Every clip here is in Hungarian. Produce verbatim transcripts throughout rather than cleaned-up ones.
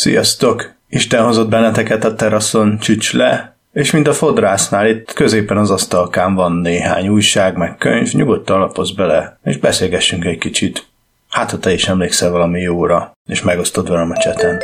Sziasztok! Isten hozott benneteket a teraszon, csücs le, és mint a fodrásznál, itt középen az asztalkán van néhány újság, meg könyv, nyugodtan lapozz bele, és beszélgessünk egy kicsit. Hát, ha te is emlékszel valami jóra, és megosztod velem a cseten.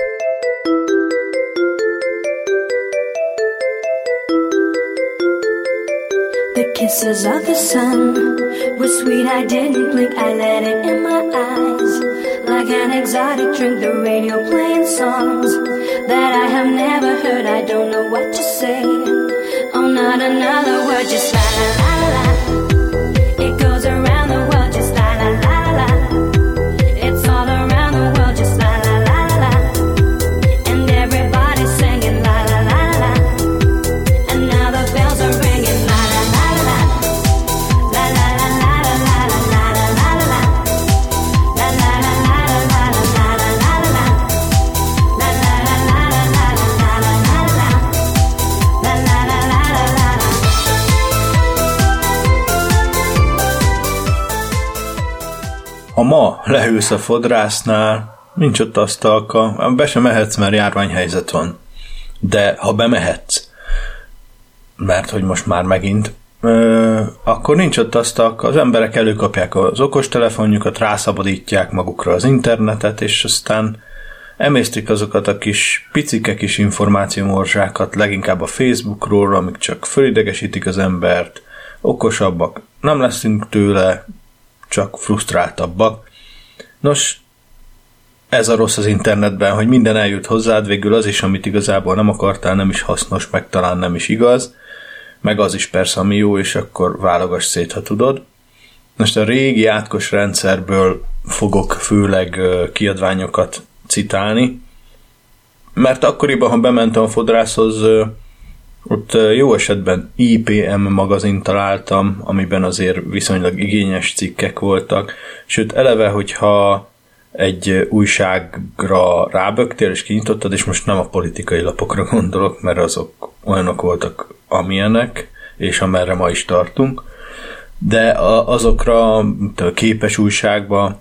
The kisses of the sun were sweet, I didn't blink, I let it in my eyes. Like an exotic drink, the radio playing songs that I have never heard, I don't know what to say. Oh, not another word, just la la la la. It goes around the world, just la la la la. It's all around the world, just la la la la. And everybody's singing la la la la. And now the bells are ringing la la la la. La la la la la la la la la la la. La la la la la la la la la la. La la la la la la la la la la. La la la la la la. Ha ma leülsz a fodrásznál, nincs ott asztalka, be sem mehetsz, mert járványhelyzet van. De ha bemehetsz, mert hogy most már megint, ö, akkor nincs ott asztalka, az emberek előkapják az okostelefonjukat, rászabadítják magukra az internetet, és aztán emésztik azokat a kis picike kis információmorzsákat, leginkább a Facebookról, amik csak fölidegesítik az embert, okosabbak nem leszünk tőle, csak frusztráltabbak. Nos, ez a rossz az internetben, hogy minden eljut hozzád, végül az is, amit igazából nem akartál, nem is hasznos, meg talán nem is igaz, meg az is persze, ami jó, és akkor válogass szét, ha tudod. Most a régi átkos rendszerből fogok főleg kiadványokat citálni, mert akkoriban, ha bementem a fodrászhoz, ott jó esetben I P M magazint találtam, amiben azért viszonylag igényes cikkek voltak, sőt eleve, hogyha egy újságra ráböktél és kinyitottad, és most nem a politikai lapokra gondolok, mert azok olyanok voltak, amilyenek, és amerre ma is tartunk, de azokra a képes újságba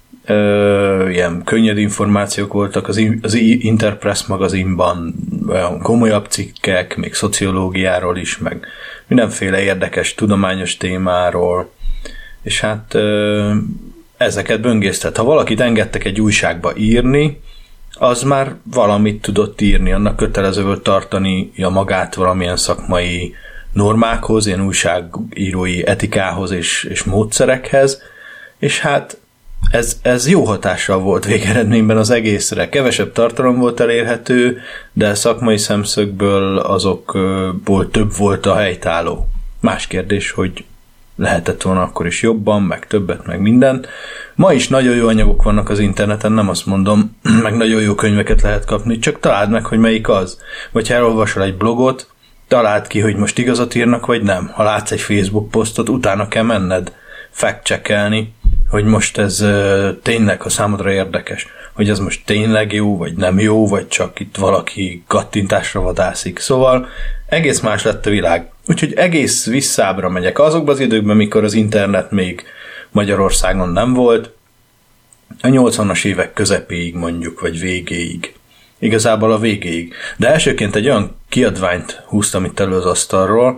Ö, ilyen könnyed információk voltak, az, az Interpress magazinban olyan komolyabb cikkek, még szociológiáról is, meg mindenféle érdekes tudományos témáról, és hát ö, ezeket böngésztet. Ha valakit engedtek egy újságba írni, az már valamit tudott írni, annak kötelező volt tartania magát valamilyen szakmai normákhoz, ilyen újságírói etikához és, és módszerekhez, és hát Ez, ez jó hatással volt végeredményben az egészre. Kevesebb tartalom volt elérhető, de szakmai szemszögből azokból több volt a helytálló. Más kérdés, hogy lehetett volna akkor is jobban, meg többet, meg mindent. Ma is nagyon jó anyagok vannak az interneten, nem azt mondom, meg nagyon jó könyveket lehet kapni, csak találd meg, hogy melyik az. Vagy ha elolvasol egy blogot, találd ki, hogy most igazat írnak, vagy nem. Ha látsz egy Facebook posztot, utána kell menned fact-checkelni, hogy most ez uh, tényleg a számodra érdekes, hogy ez most tényleg jó, vagy nem jó, vagy csak itt valaki kattintásra vadászik. Szóval egész más lett a világ. Úgyhogy egész visszábra megyek. Azokban az időkben, mikor az internet még Magyarországon nem volt, a nyolcvanas évek közepéig mondjuk, vagy végéig. Igazából a végéig. De elsőként egy olyan kiadványt húztam itt elő az asztalról,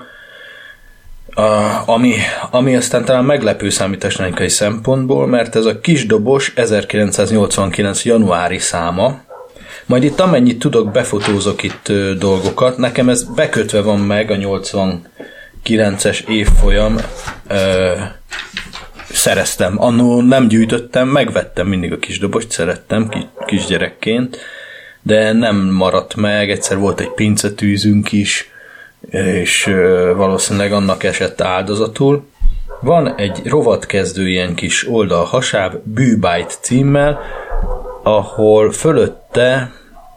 Uh, ami, ami aztán talán meglepő számítástechnikai szempontból, mert ez a kisdobos ezerkilencszáznyolcvankilenc januári száma, majd itt amennyit tudok, befotózok itt uh, dolgokat, nekem ez bekötve van meg a nyolcvankilences évfolyam, uh, szereztem, annó nem gyűjtöttem, megvettem mindig a kisdobost, szerettem ki, kisgyerekként, de nem maradt meg, egyszer volt egy pincetűzünk is, és valószínűleg annak esett áldozatul. Van egy rovatkezdő ilyen kis oldal hasáb, Bűbájt címmel, ahol fölötte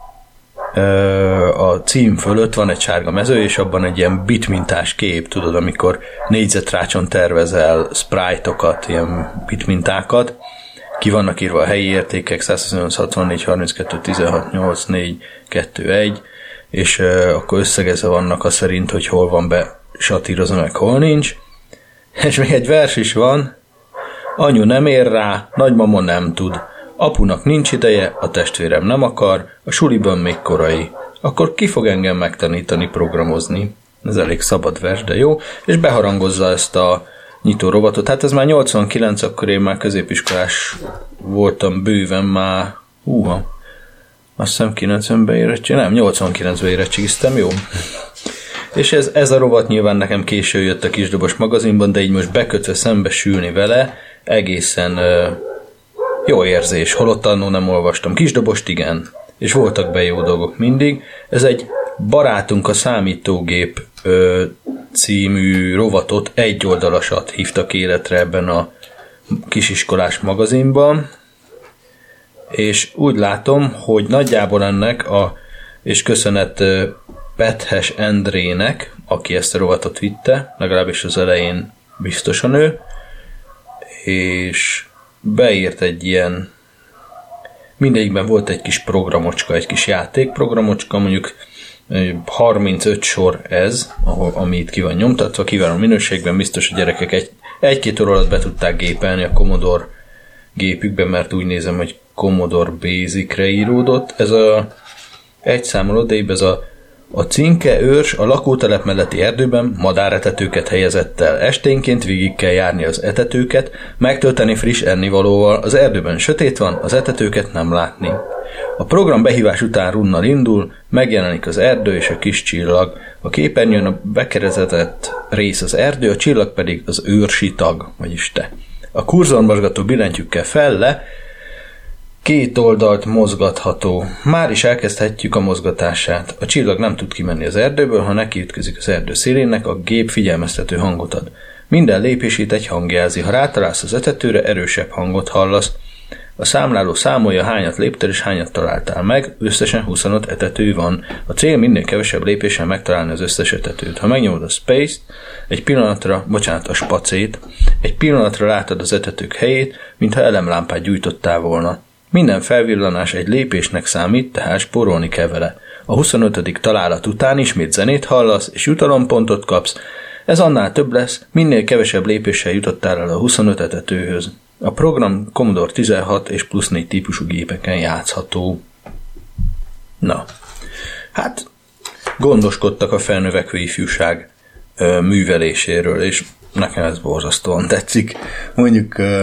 a cím fölött van egy sárga mező, és abban egy ilyen bitmintás kép, tudod, amikor négyzetrácson tervezel sprite-okat, ilyen bitmintákat, ki vannak írva a helyi értékek, százhuszonnyolc, hatvannégy, harminckettő, tizenhat, nyolc, négy, kettő, egy, és uh, akkor összegezve vannak a szerint, hogy hol van be satírozva, meg hol nincs. És még egy vers is van, anyu nem ér rá, nagymama nem tud, Apunak nincs ideje, a testvérem nem akar, a suliban még korai. Akkor ki fog engem megtanítani programozni? Ez elég szabad vers, de jó. És beharangozza ezt a nyitó rovatot. Hát ez már nyolcvankilenc, akkor én már középiskolás voltam bőven már, húha, azt hiszem kilencvenben érettségiztem, nem, nyolcvankilencben érettségiztem, jó. És ez, ez a rovat nyilván nekem késő jött a Kisdobos magazinban, de így most bekötve szembesülni vele, egészen uh, jó érzés, holott annó nem olvastam. Kisdobost igen, és voltak be jó dolgok mindig. Ez egy Barátunk a számítógép uh, című rovatot, egy oldalasat hívtak életre ebben a kisiskolás magazinban, és úgy látom, hogy nagyjából ennek a, és köszönet uh, Pethes Endrének, aki ezt a rovatot vitte, legalábbis az elején biztosan ő, és beírt egy ilyen, mindegyikben volt egy kis programocska, egy kis játékprogramocska, mondjuk harmincöt sor ez, ahol, ami itt ki van nyomtatva, kiváló minőségben, biztos a gyerekek egy, egy-két óra alatt be tudták gépelni a Commodore gépükben, mert úgy nézem, hogy Commodore Basic-re íródott. Ez a egy számol odébb, ez a A cinke őrs a lakótelep melletti erdőben madáretetőket helyezett el. Esténként végig kell járni az etetőket, megtölteni friss ennivalóval, az erdőben sötét van, az etetőket nem látni. A program behívás után runnal indul, megjelenik az erdő és a kis csillag. A képernyőn a bekerezetett rész az erdő, a csillag pedig az őrsi tag, vagyis te. A kurzormozgató billentyűkkel fel le, két oldalt mozgatható. Már is elkezdhetjük a mozgatását. A csillag nem tud kimenni az erdőből, ha nekiütközik az erdő szélének, a gép figyelmeztető hangot ad. Minden lépését egy hang jelzi. Ha rátalálsz az etetőre, erősebb hangot hallasz. A számláló számolja, hányat léptél és hányat találtál meg, összesen huszonöt etető van. A cél minél kevesebb lépéssel megtalálni az összes etetőt. Ha megnyomod a Space-t, egy pillanatra, bocsánat, a spacét, egy pillanatra látod az etetők helyét, mintha elemlámpát gyújtottál volna. Minden felvillanás egy lépésnek számít, tehát spórolni kell vele. A huszonötödik találat után ismét zenét hallasz, és jutalompontot kapsz. Ez annál több lesz, minél kevesebb lépéssel jutottál el a huszonöt etetőhöz. A program Commodore tizenhat és plusz négy típusú gépeken játszható. Na, hát gondoskodtak a felnövekvő ifjúság ö, műveléséről, és nekem ez borzasztóan tetszik. Mondjuk... Ö,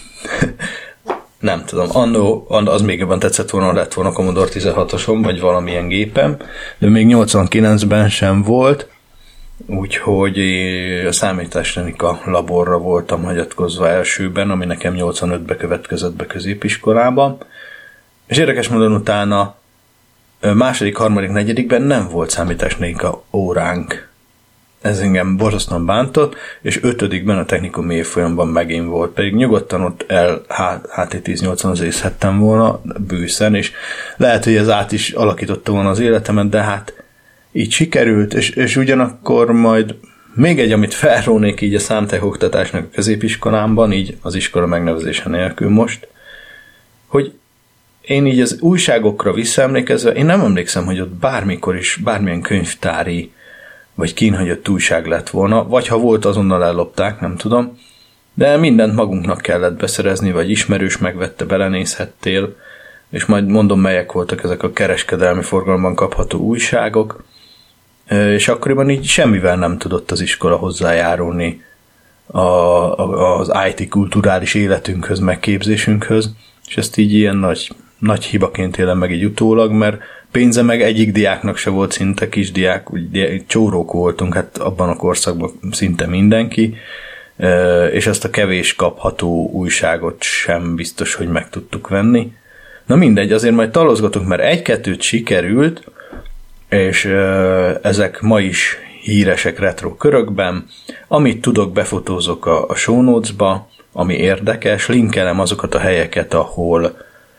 nem tudom, annó, az még jobban tetszett volna, lett volna Commodore tizenhatosom, vagy valamilyen gépem, de még nyolcvankilencben sem volt, úgyhogy a számítástechnika laborra voltam hagyatkozva elsőben, ami nekem nyolcvanötbe következett be középiskolában, és érdekes módon utána második, harmadik, negyedikben nem volt számítástechnika óránk. Ez engem borzasztóan bántott, és ötödikben a technikum évfolyamban megint volt, pedig nyugodtan ott el há té ezernyolcvan észhettem volna bőszen, és lehet, hogy ez át is alakította volna az életemet, de hát így sikerült, és, és ugyanakkor majd még egy, amit felrónék így a számtech oktatásnak a középiskolámban, így az iskola megnevezése nélkül most, hogy én így az újságokra visszaemlékezve, én nem emlékszem, hogy ott bármikor is bármilyen könyvtári vagy kínhagyott újság lett volna, vagy ha volt, azonnal ellopták, nem tudom, de mindent magunknak kellett beszerezni, vagy ismerős megvette, belenézhettél, és majd mondom, melyek voltak ezek a kereskedelmi forgalomban kapható újságok, és akkoriban így semmivel nem tudott az iskola hozzájárulni a, a, az i té kulturális életünkhöz, megképzésünkhöz, és ezt így ilyen nagy, nagy hibaként élem meg így utólag, mert pénze meg egyik diáknak se volt szinte, kisdiák, úgy csórók voltunk, hát abban a korszakban szinte mindenki, és ezt a kevés kapható újságot sem biztos, hogy meg tudtuk venni. Na mindegy, azért majd talozgatok, mert egy-kettőt sikerült, és ezek ma is híresek retro körökben. Amit tudok, befotózok a, a show notes-ba, ami érdekes, linkelem azokat a helyeket, ahol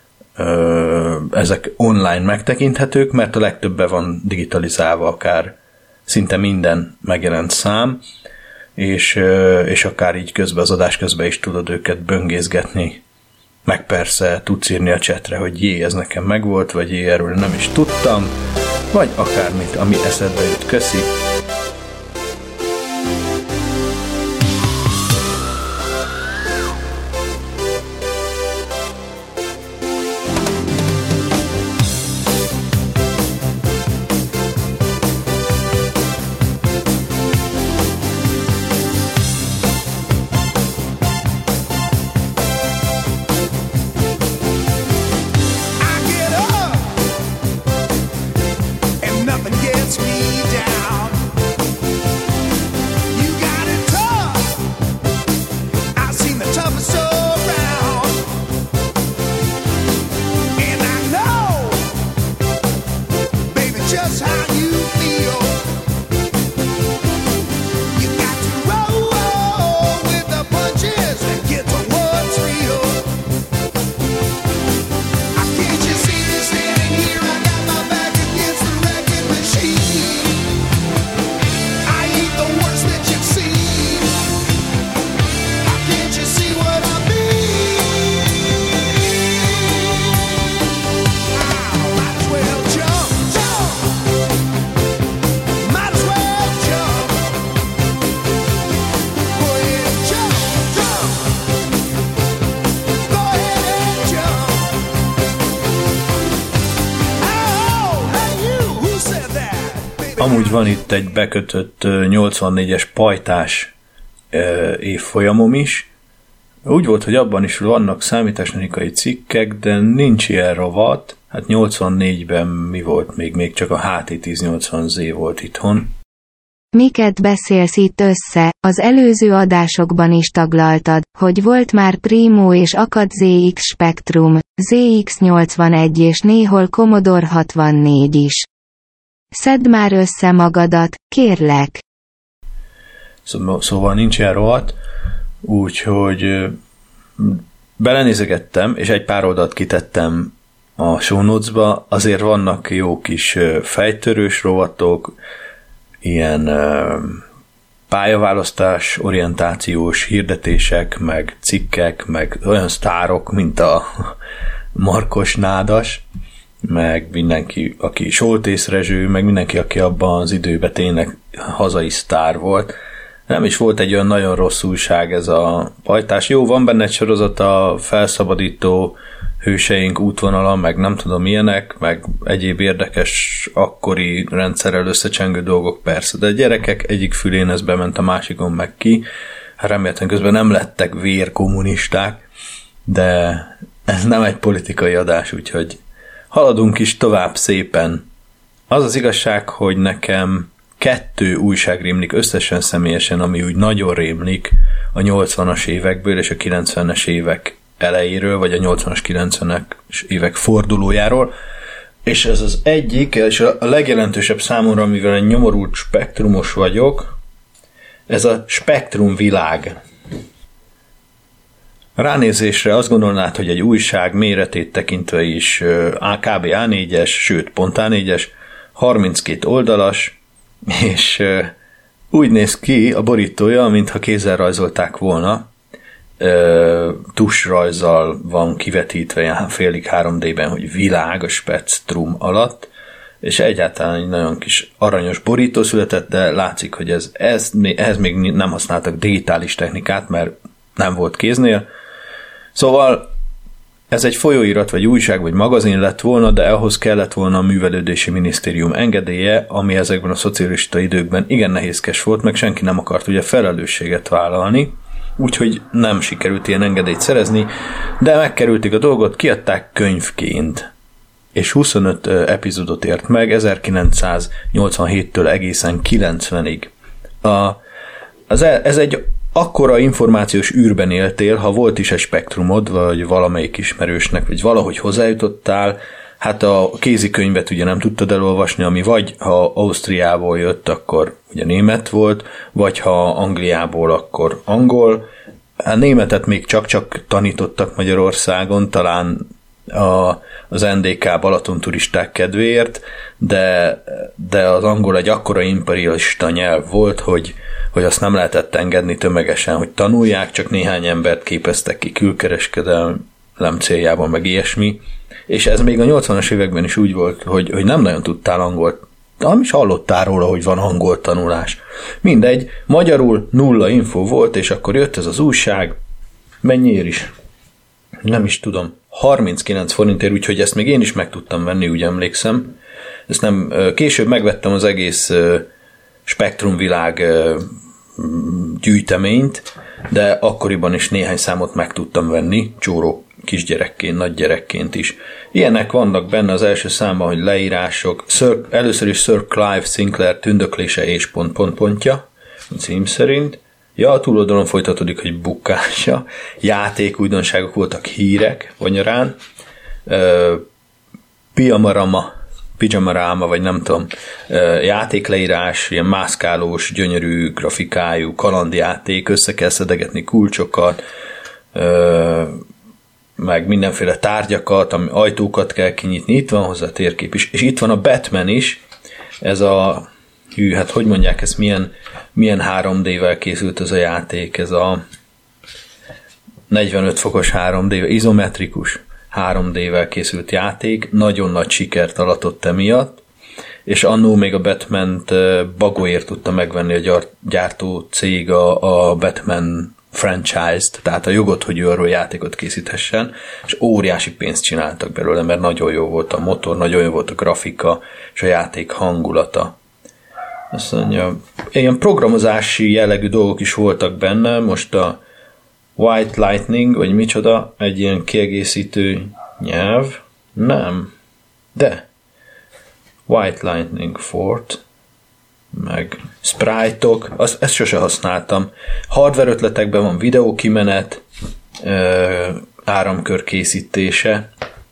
ö, ezek online megtekinthetők, mert a legtöbben van digitalizálva, akár szinte minden megjelent szám, és, ö, és akár így közben az adás közben is tudod őket böngészgetni, meg persze tudsz írni a chatre, hogy jé, ez nekem megvolt, vagy jé, erről nem is tudtam, vagy akármit, ami eszedbe jut. Köszi! amúgy van itt egy bekötött nyolcvannégyes pajtás évfolyamom is. Úgy volt, hogy abban is vannak számítástechnikai cikkek, de nincs ilyen rovat. Hát nyolcvannégyben mi volt még? Még csak a há té ezernyolcvan zé volt itthon. Miket beszélsz itt össze, az előző adásokban is taglaltad, hogy volt már Primo és akad zé iksz Spectrum, zé iksz nyolcvanegy és néhol Commodore hatvannégy is. Szedd már össze magadat, kérlek. Szóval nincs ilyen rohadt, úgyhogy belenézegettem, és egy pár oldalt kitettem a show notes-ba, azért vannak jó kis fejtörős rovatok, ilyen pályaválasztás, orientációs hirdetések, meg cikkek, meg olyan sztárok, mint a Markos Nádas, meg mindenki, aki Soltész Rezső, meg mindenki, aki abban az időben tényleg hazai sztár volt. Nem is volt egy olyan nagyon rossz újság ez a pajtás. Jó, van benne egy sorozat, a felszabadító hőseink útvonala, meg nem tudom milyenek, meg egyéb érdekes akkori rendszerrel összecsengő dolgok persze, de a gyerekek egyik fülén ez bement, a másikon meg ki. Hát remélhetően közben nem lettek vérkommunisták, de ez nem egy politikai adás, úgyhogy haladunk is tovább szépen. Az az igazság, hogy nekem kettő újság rémlik összesen személyesen, ami úgy nagyon rémlik a nyolcvanas évekből és a kilencvenes évek elejéről, vagy a nyolcvanas, kilencvenes évek fordulójáról, és ez az egyik, és a legjelentősebb számomra, mivel egy nyomorult spektrumos vagyok, ez a Spektrum Világ. Ránézésre azt gondolnád, hogy egy újság méretét tekintve is kb. á négyes, sőt pont á négyes, harminckét oldalas, és úgy néz ki a borítója, mintha kézzel rajzolták volna, tusrajzzal van kivetítve félig három dében, hogy világ a Spektrum alatt, és egyáltalán egy nagyon kis aranyos borító született, de látszik, hogy ez, ez, ehhez még nem használtak digitális technikát, mert nem volt kéznél. Szóval ez egy folyóirat, vagy újság, vagy magazin lett volna, de ahhoz kellett volna a Művelődési Minisztérium engedélye, ami ezekben a szocialista időkben igen nehézkes volt, meg senki nem akart ugye felelősséget vállalni, úgyhogy nem sikerült ilyen engedélyt szerezni, de megkerülték a dolgot, kiadták könyvként, és huszonöt epizódot ért meg ezerkilencszáznyolcvanhéttől egészen kilencvenig. A, az, ez egy akkora információs űrben éltél, ha volt is egy spektrumod, vagy valamelyik ismerősnek, vagy valahogy hozzájutottál, hát a kézikönyvet ugye nem tudtad elolvasni, ami vagy ha Ausztriából jött, akkor ugye német volt, vagy ha Angliából, akkor angol. A németet még csak-csak tanítottak Magyarországon, talán a, az en dé ká Balaton turisták kedvéért, de, de az angol egy akkora imperialista nyelv volt, hogy, hogy azt nem lehetett engedni tömegesen, hogy tanulják, csak néhány embert képeztek ki külkereskedelem céljában, meg ilyesmi. És ez még a nyolcvanas években is úgy volt, hogy, hogy nem nagyon tudtál angolt, nem is hallottál róla, hogy van angol tanulás. Mindegy, magyarul nulla info volt, és akkor jött ez az újság, mennyiért is? Nem is tudom, harminckilenc forintért, úgyhogy ezt még én is meg tudtam venni, úgy emlékszem. Ezt nem, később megvettem az egész Spektrum Világ gyűjteményt, de akkoriban is néhány számot meg tudtam venni, csóró kisgyerekként, nagygyerekként is. Ilyenek vannak benne az első számban, hogy leírások, Sir, először is Sir Clive Sinclair tündöklése és pont-pont-pontja, cím szerint. Ja, a túloldalon folytatódik, hogy bukása. Játék, újdonságok voltak, hírek, vanyarán. Pijamarama, Pijamaráma, vagy nem tudom, játékleírás, ilyen mászkálós, gyönyörű grafikájú kalandjáték, össze kell szedegetni kulcsokat, meg mindenféle tárgyakat, ami ajtókat kell kinyitni, itt van hozzá térkép is, és itt van a Batman is, ez a, hű, hát hogy mondják, ez milyen, milyen három dé-vel készült ez a játék, ez a negyvenöt fokos három dé, izometrikus három dé-vel készült játék, nagyon nagy sikert aratott emiatt, és annó még a Batman-t bagóért tudta megvenni a gyártó cég a, a Batman franchise-t, tehát a jogot, hogy ő arról játékot készíthessen, és óriási pénzt csináltak belőle, mert nagyon jó volt a motor, nagyon jó volt a grafika, és a játék hangulata. Azt mondja, ilyen programozási jellegű dolgok is voltak benne, most a White Lightning, vagy micsoda, egy ilyen kiegészítő nyelv. Nem. De. White Lightning Fort, meg Sprite-ok, azt, ezt sose használtam. Hardware ötletekben van videókimenet, áramkör készítése.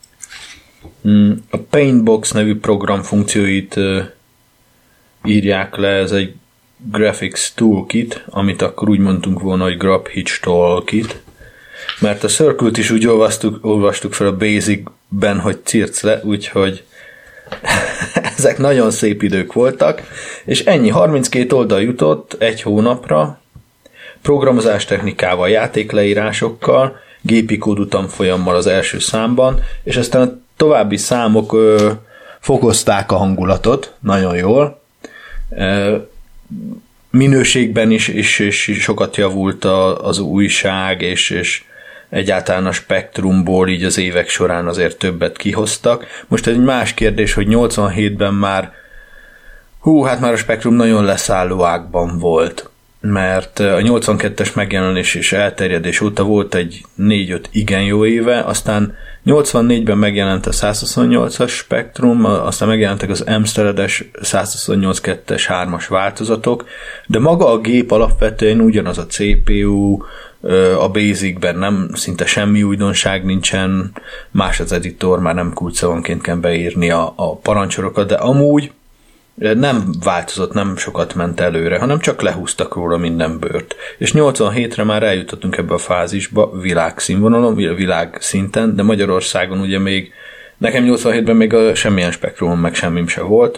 A Paintbox nevű program funkcióit írják le, ez egy Graphics Toolkit, amit akkor úgy mondtunk volna, hogy Grab Hitch Toolkit, mert a Circle-t is úgy olvastuk, olvastuk fel a Basic-ben, hogy circ le, úgyhogy ezek nagyon szép idők voltak, és ennyi, harminckét oldal jutott egy hónapra, programozás technikával, játékleírásokkal, gépi kódú tanfolyammal az első számban, és aztán a további számok ö, fokozták a hangulatot, nagyon jól. Ö, minőségben is, is, is sokat javult a, az újság, és, és egyáltalán a Spektrumból így az évek során azért többet kihoztak. Most egy más kérdés, hogy nyolcvanhétben már hú, hát már a Spektrum nagyon leszálló ágban volt, mert a nyolcvankettes megjelenés és elterjedés óta volt egy négy-öt igen jó éve, aztán nyolcvannégyben megjelent a százhuszonnyolcas Spektrum, aztán megjelentek az Amstrad-es százhuszonnyolc kettes hármas változatok, de maga a gép alapvetően ugyanaz a cé pé u, a Basic-ben nem, szinte semmi újdonság nincsen, más az editor, már nem kulcsszavonként kell beírni a, a parancsorokat, de amúgy nem változott, nem sokat ment előre, hanem csak lehúztak róla minden bőrt. És nyolcvanhétre már eljutottunk ebbe a fázisba világszínvonalon, világ szinten, de Magyarországon ugye még, nekem nyolcvanhétben még a semmilyen Spektrumon meg semmim se volt.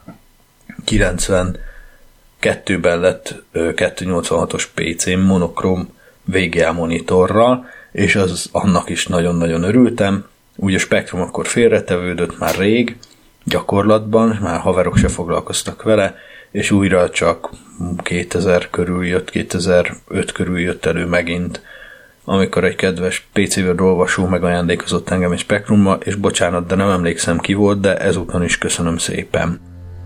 kilencvenkettőben lett kétszáznyolcvanhatos pé cé monokrom vé gé á monitorral, és az annak is nagyon-nagyon örültem. Úgy a Spektrum akkor félretevődött már rég, gyakorlatban, már haverok se foglalkoztak vele, és újra csak kétezer körül jött, kétezer-öt körül jött elő megint, amikor egy kedves pé cé World olvasó megajándékozott engem egy Spektrummal, és bocsánat, de nem emlékszem ki volt, de ezúton is köszönöm szépen.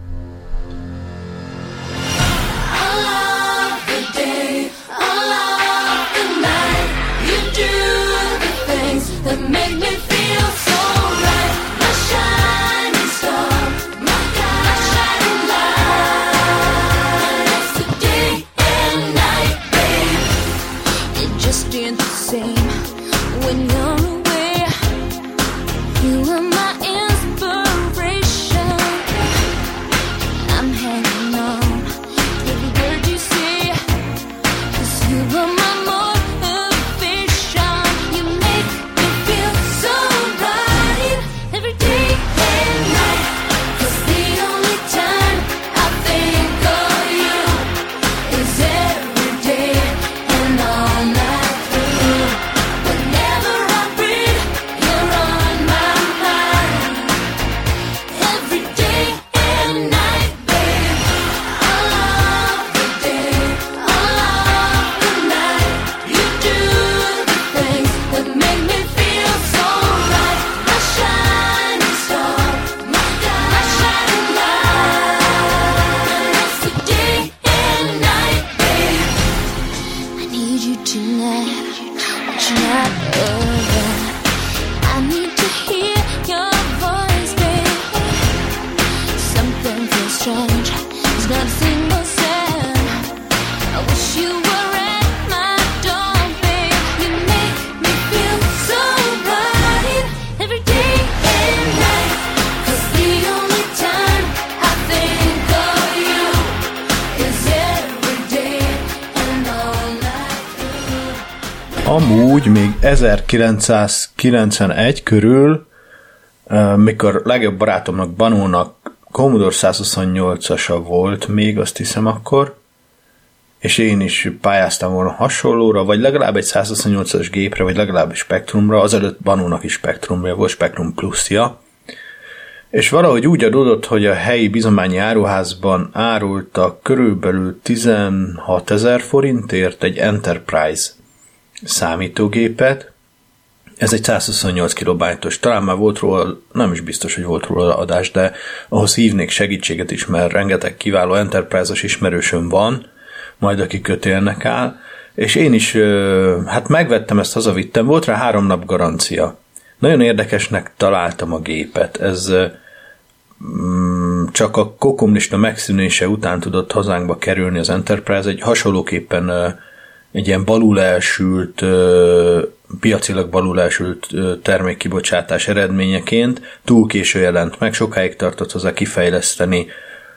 Amúgy még ezerkilencszázkilencvenegy körül, mikor legjobb barátomnak, Banónak Commodore százhuszonnyolcasa volt még, azt hiszem akkor, és én is pályáztam volna hasonlóra, vagy legalább egy százhuszonnyolcas gépre, vagy legalább egy Spektrumra, azelőtt Banónak is Spektrumra volt, Spektrum Plusja, és valahogy úgy adódott, hogy a helyi bizományi áruházban árultak körülbelül tizenhatezer forintért egy Enterprise számítógépet, Ez egy százhuszonnyolc kilobájtos, talán már volt róla, nem is biztos, hogy volt róla adás, de ahhoz hívnék segítséget is, mert rengeteg kiváló Enterprise-os ismerősöm van, majd aki kötélnek áll, és én is, hát megvettem ezt, hazavittem, volt rá három nap garancia. Nagyon érdekesnek találtam a gépet, ez csak a kokomlista megszűnése után tudott hazánkba kerülni az Enterprise, egy hasonlóképpen egy ilyen balul elsült, piacilag balul elsült termékkibocsátás eredményeként túl késő jelent meg, sokáig tartott hozzá kifejleszteni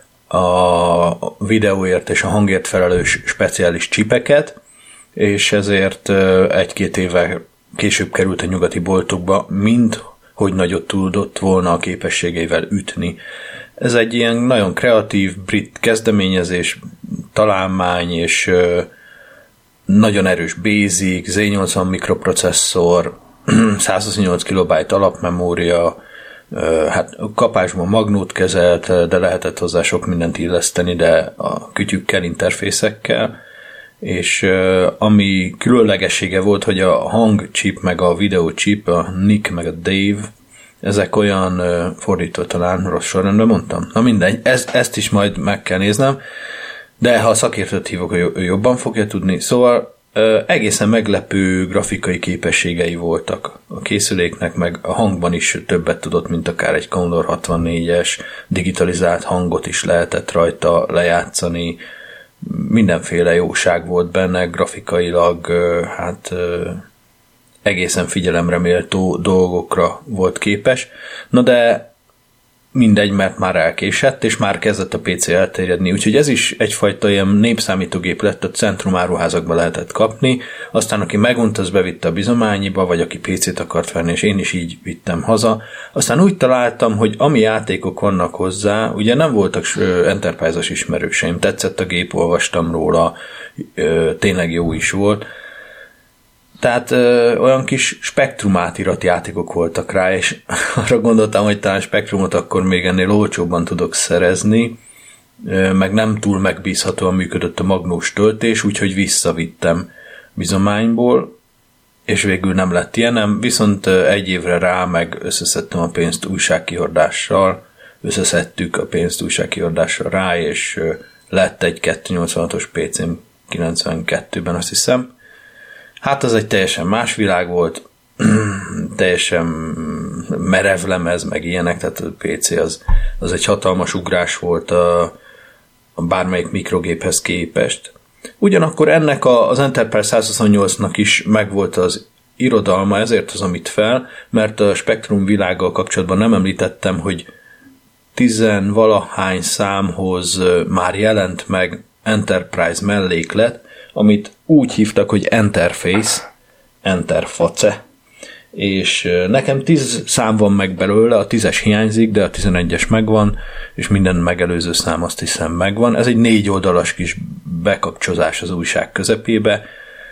a videóért és a hangért felelős speciális csipeket, és ezért egy-két évvel később került a nyugati boltokba, mint hogy nagyot tudott volna a képességeivel ütni. Ez egy ilyen nagyon kreatív brit kezdeményezés, találmány, és nagyon erős basic, zé nyolcvan mikroprocesszor, százhuszonnyolc kilobájt alapmemória, hát kapásban magnót kezelt, de lehetett hozzá sok mindent illeszteni, de a kütyükkel, interfészekkel, és ami különlegessége volt, hogy a hangchip meg a videóchip, a Nick meg a Dave, ezek olyan, fordítva talán rossz sorrendben mondtam, na mindegy, ezt, ezt is majd meg kell néznem, de ha a szakértőt hívok, ő jobban fogja tudni. Szóval egészen meglepő grafikai képességei voltak a készüléknek, meg a hangban is többet tudott, mint akár egy Commodore hatvannégyes, digitalizált hangot is lehetett rajta lejátszani, mindenféle jóság volt benne, grafikailag hát egészen figyelemre méltó dolgokra volt képes. Na de mindegy, mert már elkésett, és már kezdett a pé cé elterjedni, úgyhogy ez is egyfajta ilyen népszámítógép lett, a centrumáruházakba lehetett kapni, aztán aki megunt, az bevitte a bizományiba, vagy aki pé cét akart venni, és én is így vittem haza. Aztán úgy találtam, hogy ami játékok vannak hozzá, ugye nem voltak Enterprise-os ismerőseim, tetszett a gép, olvastam róla, tényleg jó is volt, tehát ö, olyan kis Spektrum átirat játékok voltak rá, és arra gondoltam, hogy talán Spektrumot akkor még ennél olcsóbban tudok szerezni, ö, meg nem túl megbízhatóan működött a magnós töltés, úgyhogy visszavittem bizományból, és végül nem lett ilyenem, viszont egy évre rá meg összeszedtem a pénzt újságkihordással, összeszedtük a pénzt újságkihordással rá, és lett egy kétszáznyolcvanhatos pé cém kilencvenkettőben, azt hiszem. Hát az egy teljesen más világ volt, teljesen merev lemez, meg ilyenek, tehát a pé cé az, az egy hatalmas ugrás volt a, a bármelyik mikrogéphez képest. Ugyanakkor ennek a, az Enterprise százhuszonnyolcnak is megvolt az irodalma, ezért hozom itt fel, mert a Spektrum világgal kapcsolatban nem említettem, hogy tizenvalahány számhoz már jelent meg Enterprise melléklet, amit úgy hívtak, hogy Interface, Interface, és nekem tíz szám van meg belőle, a tízes hiányzik, de a tizenegyes megvan, és minden megelőző szám azt hiszem megvan. Ez egy négy oldalas kis bekapcsolás az újság közepébe.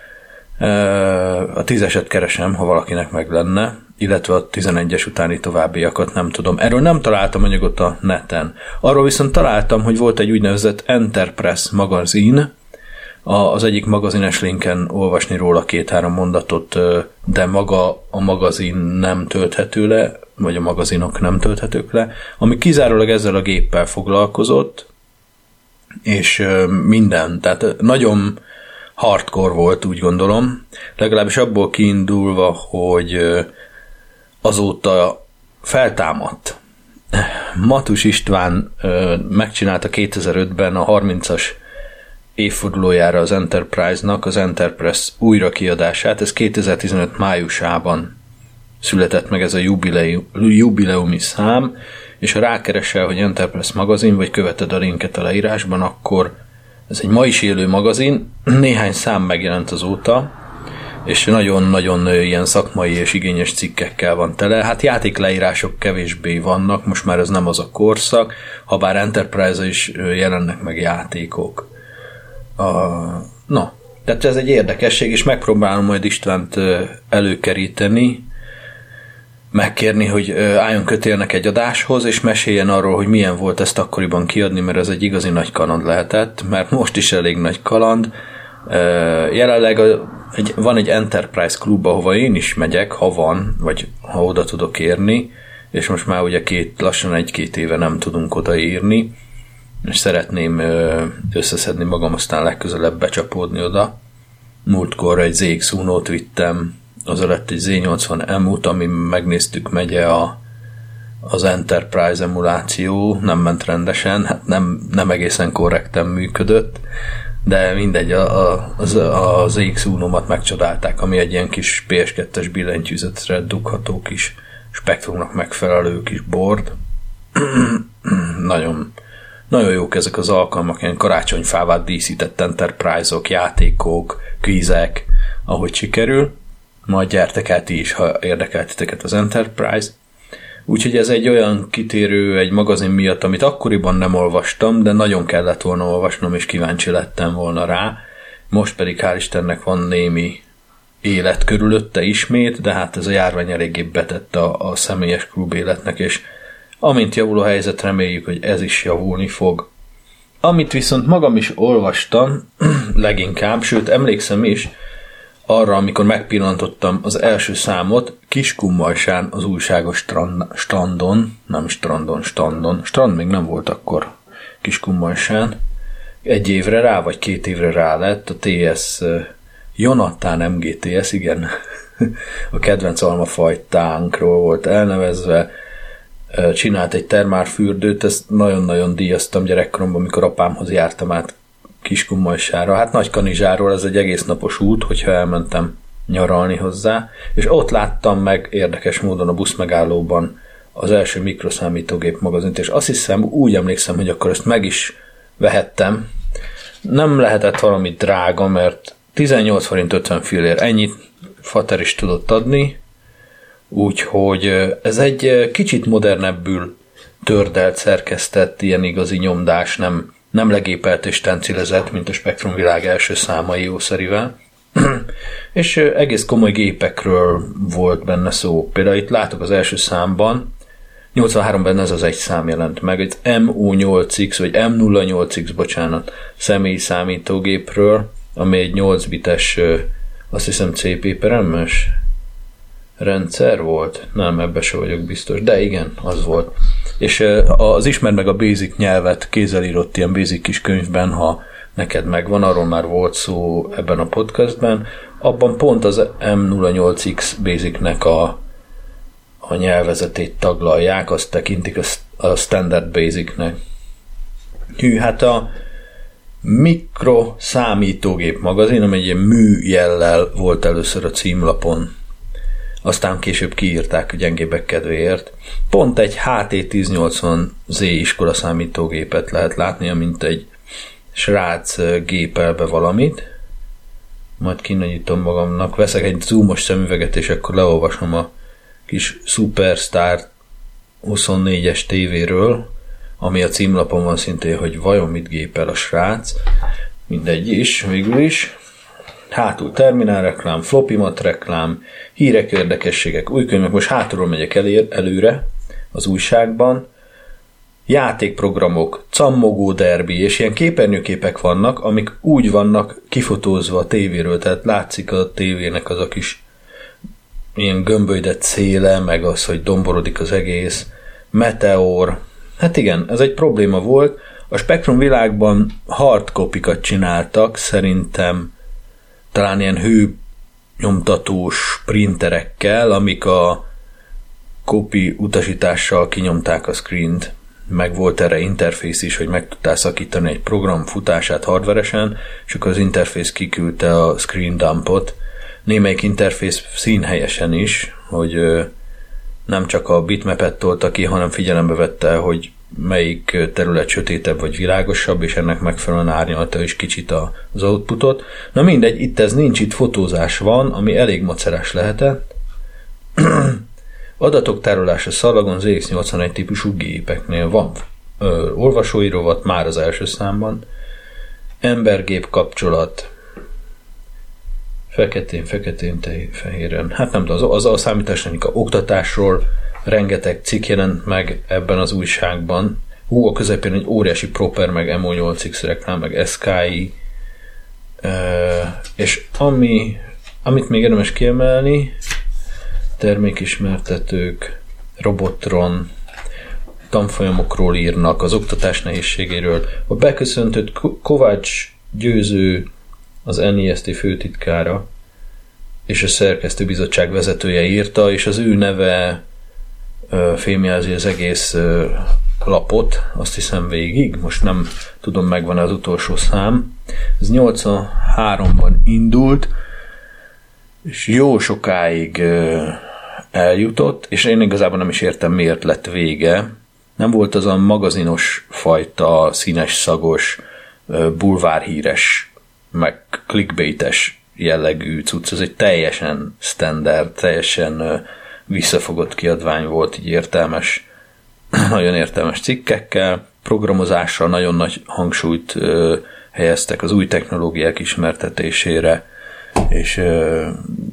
A tízeset keresem, ha valakinek meg lenne, illetve a tizenegyes utáni továbbiakat nem tudom. Erről nem találtam anyagot a neten. Arról viszont találtam, hogy volt egy úgynevezett Enterprise magazin, az egyik magazines linken olvasni róla két-három mondatot, de maga a magazin nem tölthető le, vagy a magazinok nem tölthetők le, ami kizárólag ezzel a géppel foglalkozott, és minden, tehát nagyon hardcore volt, úgy gondolom, legalábbis abból kiindulva, hogy azóta feltámadt. Matus István megcsinálta kétezer-ötben a harmincas évfordulójára az Enterprise-nak az Enterprise újrakiadását, ez kétezer-tizenöt májusában született meg ez a jubileumi, jubileumi szám, és ha rákeresel, hogy Enterprise magazin, vagy követed a linket a leírásban, akkor ez egy ma is élő magazin, néhány szám megjelent azóta, és nagyon-nagyon ilyen szakmai és igényes cikkekkel van tele. Hát játékleírások kevésbé vannak, most már ez nem az a korszak, ha bár Enterprise-a is jelennek meg játékok. Uh, no, tehát ez egy érdekesség, és megpróbálom majd Istvánt előkeríteni, megkérni, hogy álljon kötélnek egy adáshoz, és meséljen arról, hogy milyen volt ezt akkoriban kiadni, mert ez egy igazi nagy kaland lehetett, mert most is elég nagy kaland. Jelenleg a egy, van egy Enterprise klub, ahova én is megyek, ha van, vagy ha oda tudok érni, és most már ugye két, lassan egy-két éve nem tudunk odaírni, és szeretném összeszedni magam, aztán legközelebb becsapódni oda. Múltkor egy zé iksz Uno-t vittem, az lett egy zé nyolcvan em út, ami megnéztük, megye a, az Enterprise emuláció, nem ment rendesen, hát nem, nem egészen korrekten működött, de mindegy, a, a, az, a zé iksz Uno-mat megcsodálták, ami egy ilyen kis pé es kettes billentyűzetre dugható kis Spectrumnak megfelelő kis board. nagyon, nagyon jók ezek az alkalmak, ilyen karácsonyfává díszített Enterprise-ok, játékok, kvízek, ahogy sikerül. Majd gyertek el ti is, ha érdekel titeket az Enterprise. Úgyhogy ez egy olyan kitérő egy magazin miatt, amit akkoriban nem olvastam, de nagyon kellett volna olvasnom, és kíváncsi lettem volna rá. Most pedig hál' Istennek van némi élet körülötte ismét, de hát ez a járvány eléggé betett a, a személyes klub életnek, és amint javul a helyzet, reméljük, hogy ez is javulni fog. Amit viszont magam is olvastam, leginkább, sőt emlékszem is, arra, amikor megpillantottam az első számot, Kiskunmajsán az újságos strand, strandon, nem strandon, strandon, strand még nem volt akkor Kiskunmajsán, egy évre rá, vagy két évre rá lett, a té es, Jonathan em gé té es, igen, a kedvenc almafajtánkról volt elnevezve, csinált egy termálfürdőt, ezt nagyon-nagyon díjaztam gyerekkoromban, amikor apámhoz jártam át Kiskunmajsára. Hát Nagykanizsáról ez egy egész napos út, hogyha elmentem nyaralni hozzá, és ott láttam meg érdekes módon a buszmegállóban az első mikroszámítógép magazint, és azt hiszem, úgy emlékszem, hogy akkor ezt meg is vehettem. Nem lehetett valami drága, mert tizennyolc forint ötven fillér, ennyit fater is tudott adni, úgyhogy ez egy kicsit modernebbül tördelt, szerkesztett, ilyen igazi nyomdás, nem nem legépelt és stencilezett, mint a Spektrum világ első számai jószerivel. És egész komoly gépekről volt benne szó. Például itt látok az első számban, nyolcvanháromban ez az egy szám jelent meg, egy em o nyolc iksz, vagy em nulla nyolc iksz, bocsánat, személyi számítógépről, ami egy nyolc bites, azt hiszem cé pé per em-es rendszer volt. Nem, ebbe se vagyok biztos, de igen, az volt. És az ismerd meg a Basic nyelvet kézzel írott ilyen Basic kis könyvben, ha neked megvan, arról már volt szó ebben a podcastben, abban pont az em nulla nyolc iksz Basicnek a, a nyelvezetét taglalják, azt tekintik a Standard Basicnek. Hű, hát a Mikro Számítógép magazin, amely egy ilyen mű jellel volt először a címlapon, aztán később kiírták a gyengébbek kedvéért. Pont egy há té ezernyolcvan zé iskola számítógépet lehet látni, amint egy srác gépel be valamit. Majd kinyitom magamnak, veszek egy zoomos szemüveget, és akkor leolvasom a kis Superstar huszonnégyes tévéről, ami a címlapon van szintén, hogy vajon mit gépel a srác. Mindegy is, végül is. Hátul terminál reklám, floppymat reklám, hírek, érdekességek, új könyvek, most hátulról megyek elér, előre az újságban, játékprogramok, cammogó derbi, és ilyen képernyőképek vannak, amik úgy vannak kifotózva a tévéről, tehát látszik a tévének az a kis ilyen gömbölydett széle, meg az, hogy domborodik az egész, meteor, hát igen, ez egy probléma volt. A Spektrum világban hardcopikat csináltak, szerintem talán ilyen hőnyomtatós printerekkel, amik a copy utasítással kinyomták a screent, meg volt erre interfész is, hogy meg tudtál szakítani egy program futását hardveresen, és akkor az interfész kiküldte a screen dumpot. Némelyik interfész színhelyesen is, hogy nem csak a bitmapet tolta ki, hanem figyelembe vette, hogy melyik terület sötétebb vagy világosabb, és ennek megfelelően árnyalta is kicsit az outputot. Na mindegy, itt ez nincs, itt fotózás van, ami elég macerás lehetett. Adatok tárolása szalagon zé iksz nyolcvanegy típusú gépeknél van. Ö, olvasói rovat már az első számban. Embergép kapcsolat. Feketén, feketén, fehéren. Hát nem tudom, az, az a számítástechnika oktatásról rengeteg cikk jelent meg ebben az újságban. Hú, a közepén egy óriási Proper, meg em o nyolc iksz reklám, meg es ká i. E, és ami amit még érdemes kiemelni, termékismertetők, Robotron, tanfolyamokról írnak, az oktatás nehézségéről. A beköszöntött Kovács Győző, az en i es té főtitkára és a szerkesztőbizottság vezetője írta, és az ő neve ö, fémjelzi az egész ö, lapot, azt hiszem végig, most nem tudom, megvan az utolsó szám. Ez nyolcvanháromban indult, és jó sokáig ö, eljutott, és én igazából nem is értem, miért lett vége. Nem volt az a magazinos fajta, színes, szagos, ö, bulvárhíres, meg clickbaites jellegű cucc, ez egy teljesen standard, teljesen ö, visszafogott kiadvány volt, így értelmes, nagyon értelmes cikkekkel, programozással nagyon nagy hangsúlyt ö, helyeztek az új technológiák ismertetésére, és ö,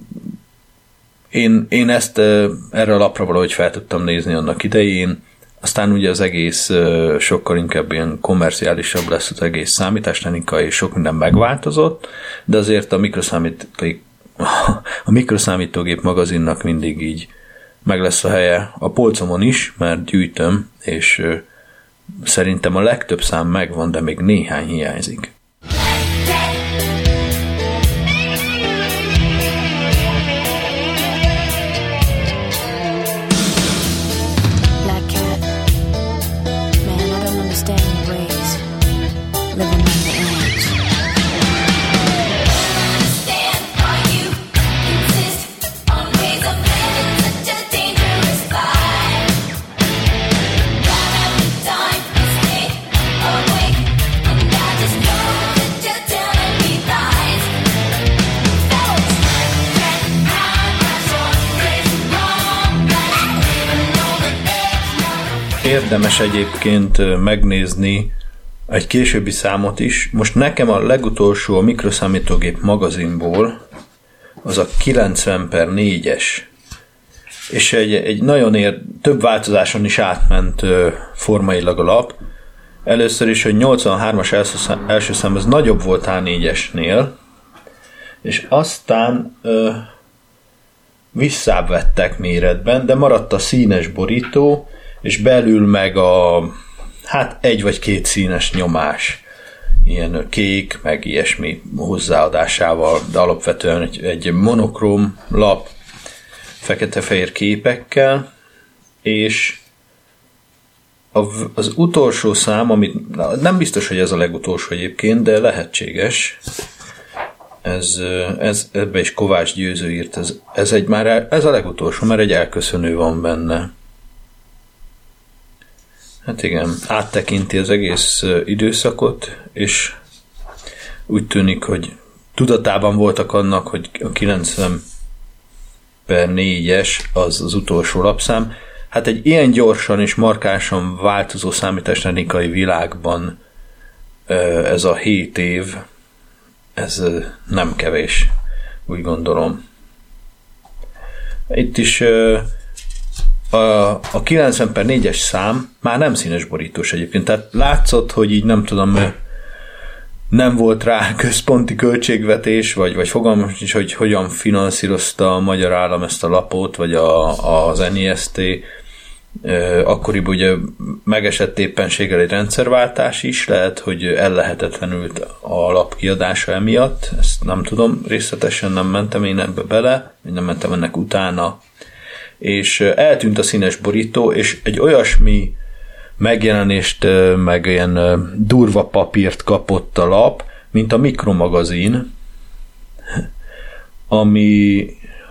én, én ezt ö, erre a lapra valahogy fel tudtam nézni annak idején, aztán ugye az egész ö, sokkal inkább ilyen kommerciálisabb lesz az egész számítástechnika, és sok minden megváltozott, de azért a mikroszámítógép, a mikroszámítógép magazinnak mindig így meg lesz a helye a polcomon is, mert gyűjtöm, és ö, szerintem a legtöbb szám megvan, de még néhány hiányzik. Érdemes egyébként megnézni egy későbbi számot is. Most nekem a legutolsó a mikroszámítógép magazinból az a kilencven per négyes, és egy, egy nagyon ér, több változáson is átment ö, formailag a lap. Először is, hogy nyolcvanhármas első szám, első szám az nagyobb volt á négyesnél, és aztán ö, visszább vettek méretben, de maradt a színes borító, és belül meg a hát egy vagy két színes nyomás, ilyen kék, meg ilyesmi hozzáadásával, de alapvetően egy, egy monokróm lap, fekete-fehér képekkel, és az utolsó szám, amit nem biztos, hogy ez a legutolsó egyébként, de lehetséges, ez, ez ebbe is Kovács Győző írt, ez, ez, egy már, ez a legutolsó, mert egy elköszönő van benne. Hát igen, áttekinti az egész időszakot, és úgy tűnik, hogy tudatában voltak annak, hogy a kilencven per négyes az az utolsó lapszám. Hát egy ilyen gyorsan és markánsan változó számítástechnikai világban ez a hét év, ez nem kevés, úgy gondolom. Itt is a, a kilencven per négyes szám már nem színes borítós egyébként, tehát látszott, hogy így nem tudom, nem volt rá központi költségvetés, vagy, vagy fogalmas is, hogy hogyan finanszírozta a magyar állam ezt a lapot, vagy a, az en i es té. Akkoriban ugye megesett éppenséggel egy rendszerváltás is, lehet, hogy ellehetetlenült a lap kiadása emiatt, ezt nem tudom, részletesen nem mentem én ebbe bele, nem mentem ennek utána, és eltűnt a színes borító, és egy olyasmi megjelenést, meg ilyen durva papírt kapott a lap, mint a Mikromagazin, ami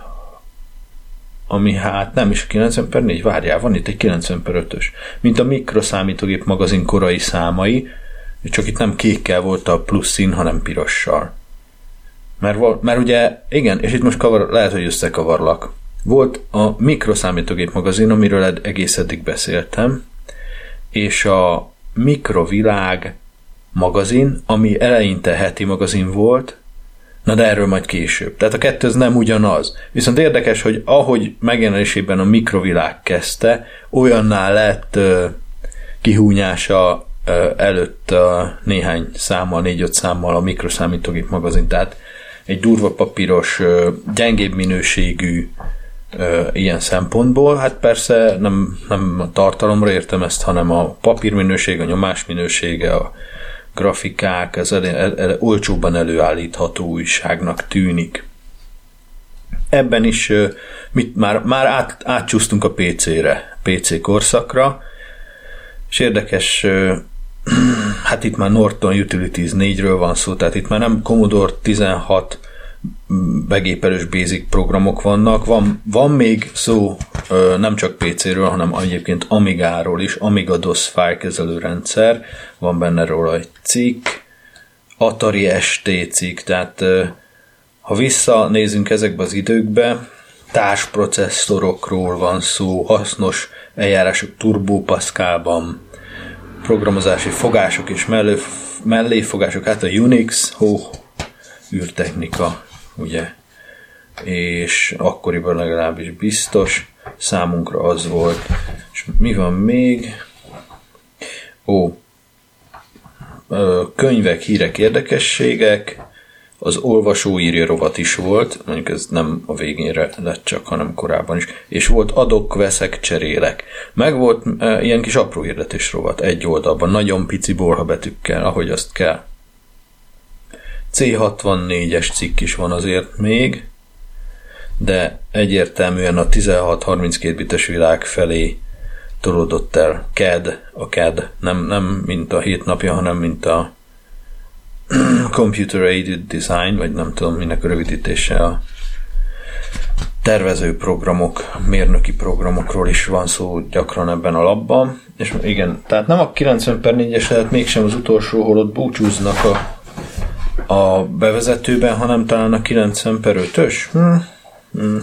ami hát nem is kilencven per négy, várjál, van itt egy kilencven per ötös, mint a Mikroszámítógép magazin korai számai, csak itt nem kékkel volt a plusz szín, hanem pirossal. Mert, mert ugye, igen, és itt most kavar, lehet, hogy összekavarlak. Volt a Mikroszámítógép magazin, amiről egész eddig beszéltem, és a Mikrovilág magazin, ami eleinte heti magazin volt, na de erről majd később. Tehát a kettő az nem ugyanaz. Viszont érdekes, hogy ahogy megjelenésében a Mikrovilág kezdte, olyanná lett uh, kihúnyása uh, előtt uh, néhány számmal, négy-öt számmal a Mikroszámítógép magazin. Tehát egy durva papíros, gyengébb minőségű ilyen szempontból. Hát persze nem, nem a tartalomra értem ezt, hanem a papírminőség, a nyomás minősége, a grafikák, ez elő, el, el, olcsóban előállítható újságnak tűnik. Ebben is mit, már, már át, átcsúsztunk a pé cére, pé cé korszakra, és érdekes, hát itt már Norton Utilities négyről van szó, tehát itt már nem Commodore tizenhat begépelős basic programok vannak, van, van még szó nem csak pé céről, hanem egyébként Amigáról is, Amiga DOS fájlkezelő rendszer, van benne róla egy cikk, Atari es té cikk, tehát ha visszanézünk ezekbe az időkbe, társprocesszorokról van szó, hasznos eljárások Turbo Pascalban, programozási fogások és mellé, melléfogások, hát a Unix, hó, űrtechnika, ugye, és akkoriban legalábbis biztos, számunkra az volt. És mi van még? Ó, könyvek, hírek, érdekességek, az olvasóírja rovat is volt, mondjuk ez nem a végénre lett csak, hanem korábban is, és volt adok, veszek, cserélek. Meg volt e, ilyen kis apró hirdetés rovat, egy oldalban, nagyon pici borhabetűkkel, ahogy azt kell. cé hatvannégyes cikk is van azért még, de egyértelműen a tizenhat harminckét bites világ felé tolódott el C A D, a C A D, nem, nem mint a hét napja, hanem mint a Computer Aided Design, vagy nem tudom, minek a rövidítése, a tervező programok, mérnöki programokról is van szó gyakran ebben a labban, és igen, tehát nem a kilencven per négyes lehet mégsem az utolsó, hol ott búcsúznak a, a bevezetőben, hanem talán a kilencven per ötös? Hm. Hm.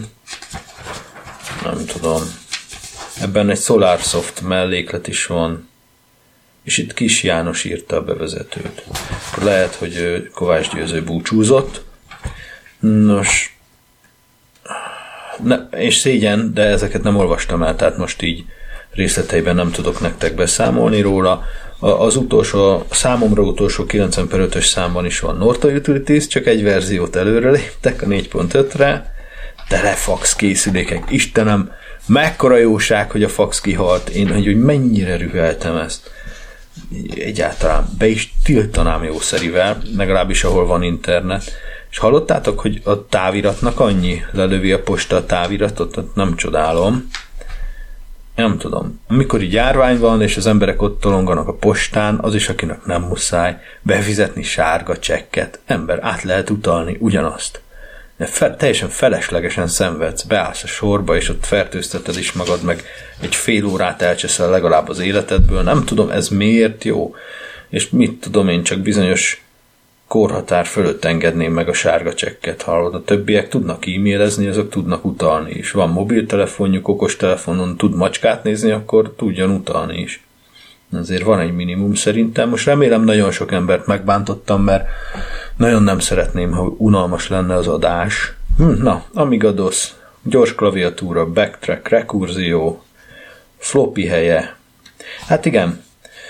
Nem tudom. Ebben egy SolarSoft melléklet is van, és itt Kis János írta a bevezetőt. Lehet, hogy Kovács Győző búcsúzott. Nos, ne, és szégyen, de ezeket nem olvastam el, tehát most így részleteiben nem tudok nektek beszámolni róla. Az utolsó, számomra utolsó kilencven per ötös számban is van Norton Utilities, csak egy verziót előre léptek a négy pont ötre. Telefax készülékek, Istenem, mekkora jóság, hogy a fax kihalt. Én, hogy mennyire rüheltem ezt. Egyáltalán be is tiltanám jószerivel, legalábbis ahol van internet. És hallottátok, hogy a táviratnak annyi? Lelövi a posta a táviratot? Nem csodálom. Nem tudom. Amikor így járvány van, és az emberek ott tolonganak a postán, az is, akinek nem muszáj befizetni sárga csekket. Ember, át lehet utalni ugyanazt. Fe, teljesen feleslegesen szenvedsz, beállsz a sorba, és ott fertőzteted is magad, meg egy fél órát elcseszel legalább az életedből. Nem tudom, ez miért jó, és mit tudom én, csak bizonyos korhatár fölött engedném meg a sárga csekket, hallod. A többiek tudnak e-mailezni, azok tudnak utalni is. Van mobiltelefonjuk, okostelefonon tud macskát nézni, akkor tudjon utalni is. Azért van egy minimum szerintem. Most remélem nagyon sok embert megbántottam, mert nagyon nem szeretném, ha unalmas lenne az adás. Hm, na, Amiga DOS, gyors klaviatúra, backtrack, rekurzió, floppy helye. Hát igen,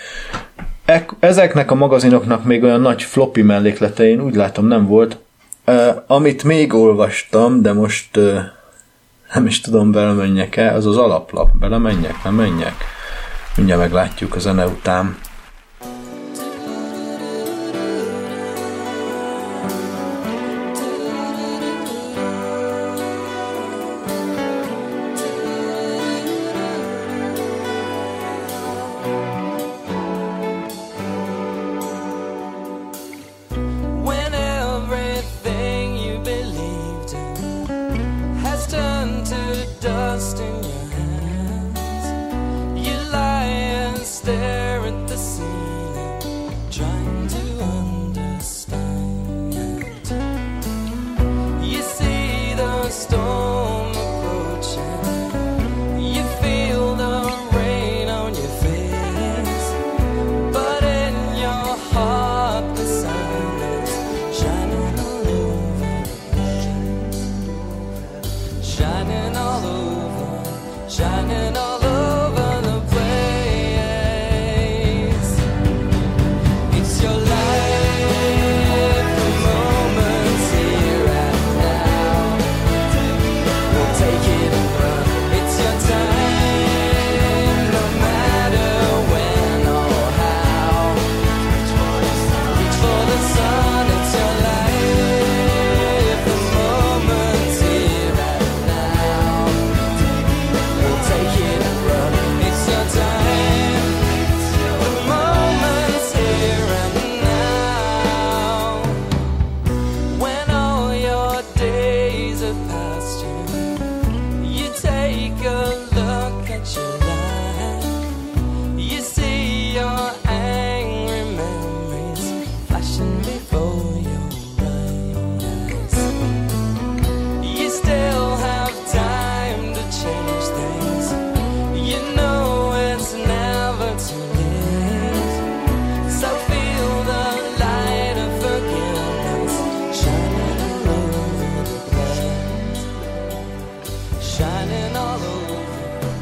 ezeknek a magazinoknak még olyan nagy floppy mellékletein úgy látom nem volt. Uh, amit még olvastam, de most uh, nem is tudom, belemenjek-e, az az alaplap. Belemenjek, nem menjek? Mindjárt meglátjuk a zene után. Dust in your hands, you lie and stare at the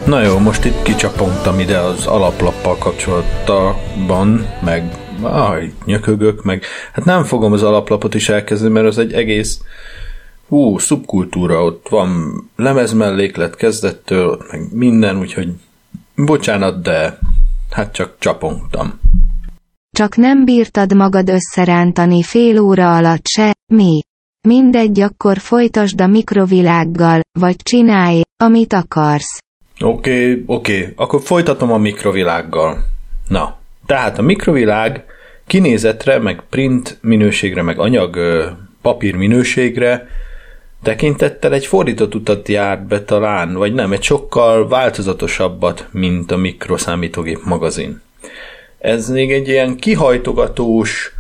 Na jó, most itt kicsapongtam ide az alaplappal kapcsolatban, meg ah, itt nyökögök, meg hát nem fogom az alaplapot is elkezdeni, mert az egy egész hú, szubkultúra, ott van lemezmelléklet kezdettől, ott meg minden, úgyhogy bocsánat, de hát csak csapongtam. Csak nem bírtad magad összerántani fél óra alatt se, mi? Mindegy, akkor folytasd a mikrovilággal, vagy csinálj, amit akarsz. Oké, okay, oké, okay. Akkor folytatom a mikrovilággal. Na, tehát a mikrovilág kinézetre, meg print minőségre, meg anyag papír minőségre tekintettel egy fordított utat járt be talán, vagy nem, egy sokkal változatosabbat, mint a mikroszámítógép magazin. Ez még egy ilyen kihajtogatós,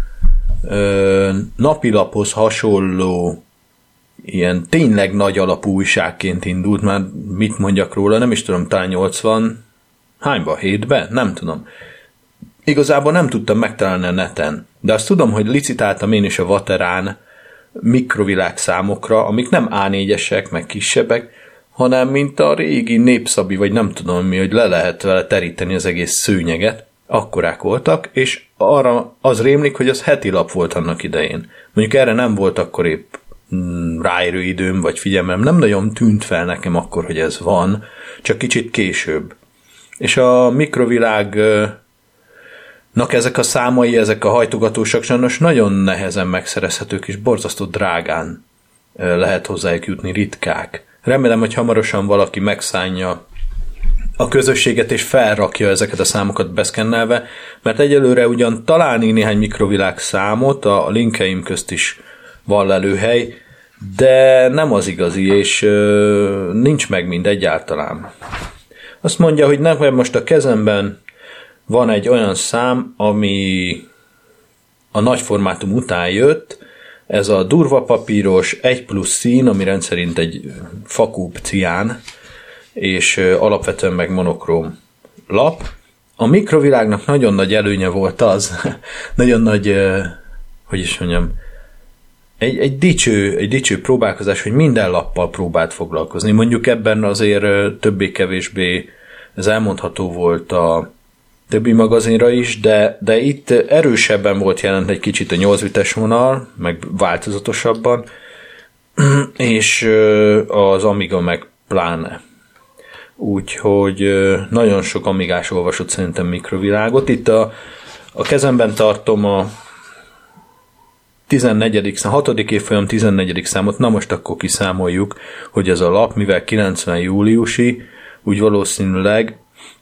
napilaphoz hasonló, ilyen tényleg nagy alapú újságként indult, már mit mondjak róla, nem is tudom, talán nyolcvan, hányba, hétbe? Nem tudom. Igazából nem tudtam megtalálni a neten, de azt tudom, hogy licitáltam én is a Vaterán mikrovilág számokra, amik nem á négyesek, meg kisebbek, hanem mint a régi népszabi, vagy nem tudom mi, hogy le lehet vele teríteni az egész szőnyeget, akkorák voltak, és arra az rémlik, hogy az heti lap volt annak idején. Mondjuk erre nem volt akkor épp ráérő időm, vagy figyelmem, nem nagyon tűnt fel nekem akkor, hogy ez van, csak kicsit később. És a mikrovilágnak ezek a számai, ezek a hajtogatósak sajnos nagyon nehezen megszerezhetők, és borzasztó drágán lehet hozzájuk jutni, ritkák. Remélem, hogy hamarosan valaki megszánja a közösséget, és felrakja ezeket a számokat beszkennelve, mert egyelőre ugyan találni néhány mikrovilág számot, a linkeim közt is van lelőhely, de nem az igazi, és ö, nincs meg mind egyáltalán. Azt mondja, hogy nekem most a kezemben van egy olyan szám, ami a nagyformátum után jött, ez a durva papíros egy plusz szín, ami rendszerint egy fakúb cián, és alapvetően meg monokróm lap. A mikrovilágnak nagyon nagy előnye volt az, nagyon nagy, hogy is mondjam, egy, egy, dicső, egy dicső próbálkozás, hogy minden lappal próbált foglalkozni. Mondjuk ebben azért többé-kevésbé ez elmondható volt a többi magazinra is, de, de itt erősebben volt jelent egy kicsit a nyolc bites vonal, meg változatosabban, és az Amiga meg pláne. Úgyhogy nagyon sok amigás olvasott szerintem mikrovilágot. Itt a, a kezemben tartom a tizennegyedik szám, hatodik évfolyam tizennegyedik számot, na most akkor kiszámoljuk, hogy ez a lap, mivel kilencven júliusi, úgy valószínűleg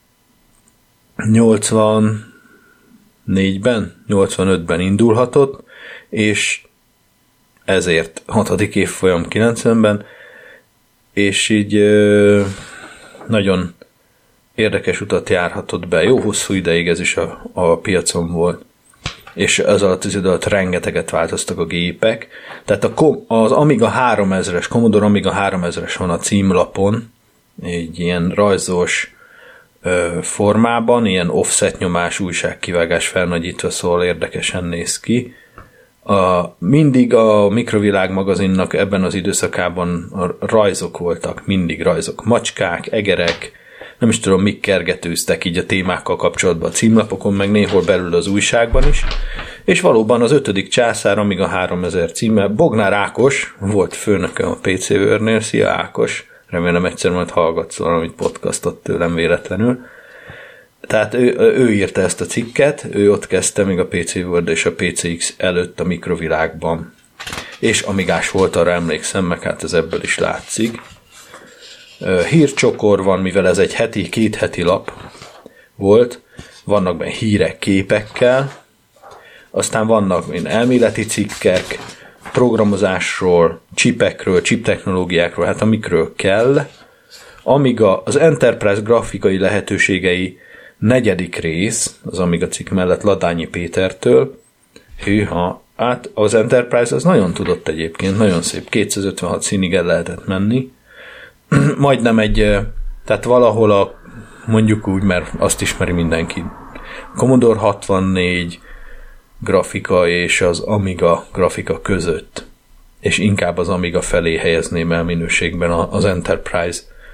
nyolcvannégyben, nyolcvanötben indulhatott, és ezért hatodik évfolyam kilencvenben, és így ö, nagyon érdekes utat járhatott be. Jó hosszú ideig ez is a, a piacon volt. És ez alatt az idő alatt rengeteget változtak a gépek. Tehát a, az Amiga háromezres, Commodore Amiga háromezres van a címlapon, egy ilyen rajzos ö, formában, ilyen offset nyomás, újságkivágás felnagyítva, szóval érdekesen néz ki. A, mindig a Mikrovilág magazinnak ebben az időszakában a rajzok voltak, mindig rajzok. Macskák, egerek, nem is tudom, mik kergetőztek így a témákkal kapcsolatban a címlapokon, meg néhol belül az újságban is. És valóban az ötödik császár, Amiga háromezer címmel, Bognár Ákos volt főnököm a pé cé World-nél. Szia Ákos! Remélem egyszer majd hallgatsz valamit podcastot tőlem véletlenül. Tehát ő, ő írta ezt a cikket, ő ott kezdte még a pé cé World és a pé cé iksz előtt a mikrovilágban. És amigás volt, arra emlékszem, meg hát ez ebből is látszik. Hírcsokor van, mivel ez egy heti, két heti lap volt, vannak benne hírek képekkel, aztán vannak mint elméleti cikkek, programozásról, csipekről, chip technológiákról, hát amikről kell. Amiga az Enterprise grafikai lehetőségei negyedik rész, az Amiga cikk mellett Ladányi Pétertől. Hűha, hát az Enterprise az nagyon tudott egyébként, nagyon szép, kétszázötvenhat színig el lehetett menni. Majdnem egy, tehát valahol a, mondjuk úgy, mert azt ismeri mindenki, Commodore hatvannégy grafika és az Amiga grafika között, és inkább az Amiga felé helyezném el minőségben az Enterprise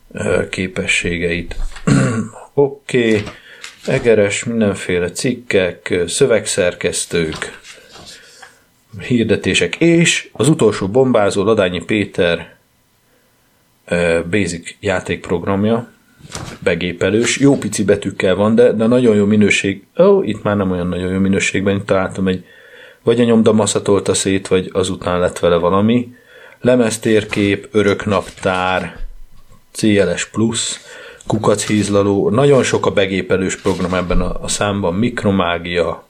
képességeit. Oké, okay. Egeres, mindenféle cikkek, szövegszerkesztők, hirdetések, és az utolsó bombázó Ladányi Péter Basic játékprogramja, begépelős, jó pici betűkkel van, de, de nagyon jó minőség. Ó, oh, itt már nem olyan nagyon jó minőségben, itt találtam egy, vagy a nyomda masszatolta szét, vagy azután lett vele valami. Lemeztérkép, öröknaptár, cé el es plusz, kukachízlaló, nagyon sok a begépelős program ebben a, a számban, mikromágia,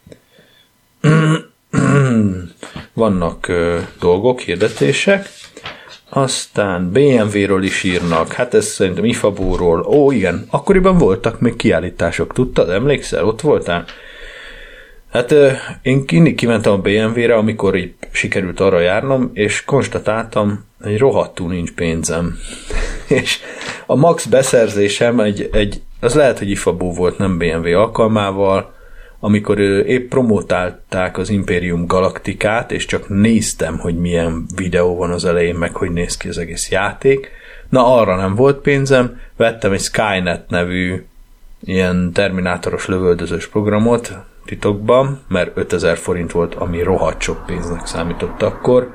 vannak ö, dolgok, hirdetések, aztán bé em vé-ről is írnak, hát ez szerintem Ifabóról, ó igen, akkoriban voltak még kiállítások, tudtad, emlékszel, ott voltál? Hát ö, én mindig kimentem a bé em vé-re, amikor így sikerült arra járnom, és konstatáltam, hogy rohadtul nincs pénzem. És a max beszerzésem egy, egy, az lehet, hogy Ifabó volt, nem bé em vé alkalmával, amikor épp promotálták az Imperium Galaktikát, és csak néztem, hogy milyen videó van az elején, meg hogy néz ki az egész játék. Na, arra nem volt pénzem, vettem egy Skynet nevű ilyen terminátoros lövöldözős programot titokban, mert ötezer forint volt, ami rohadt sok pénznek számított akkor.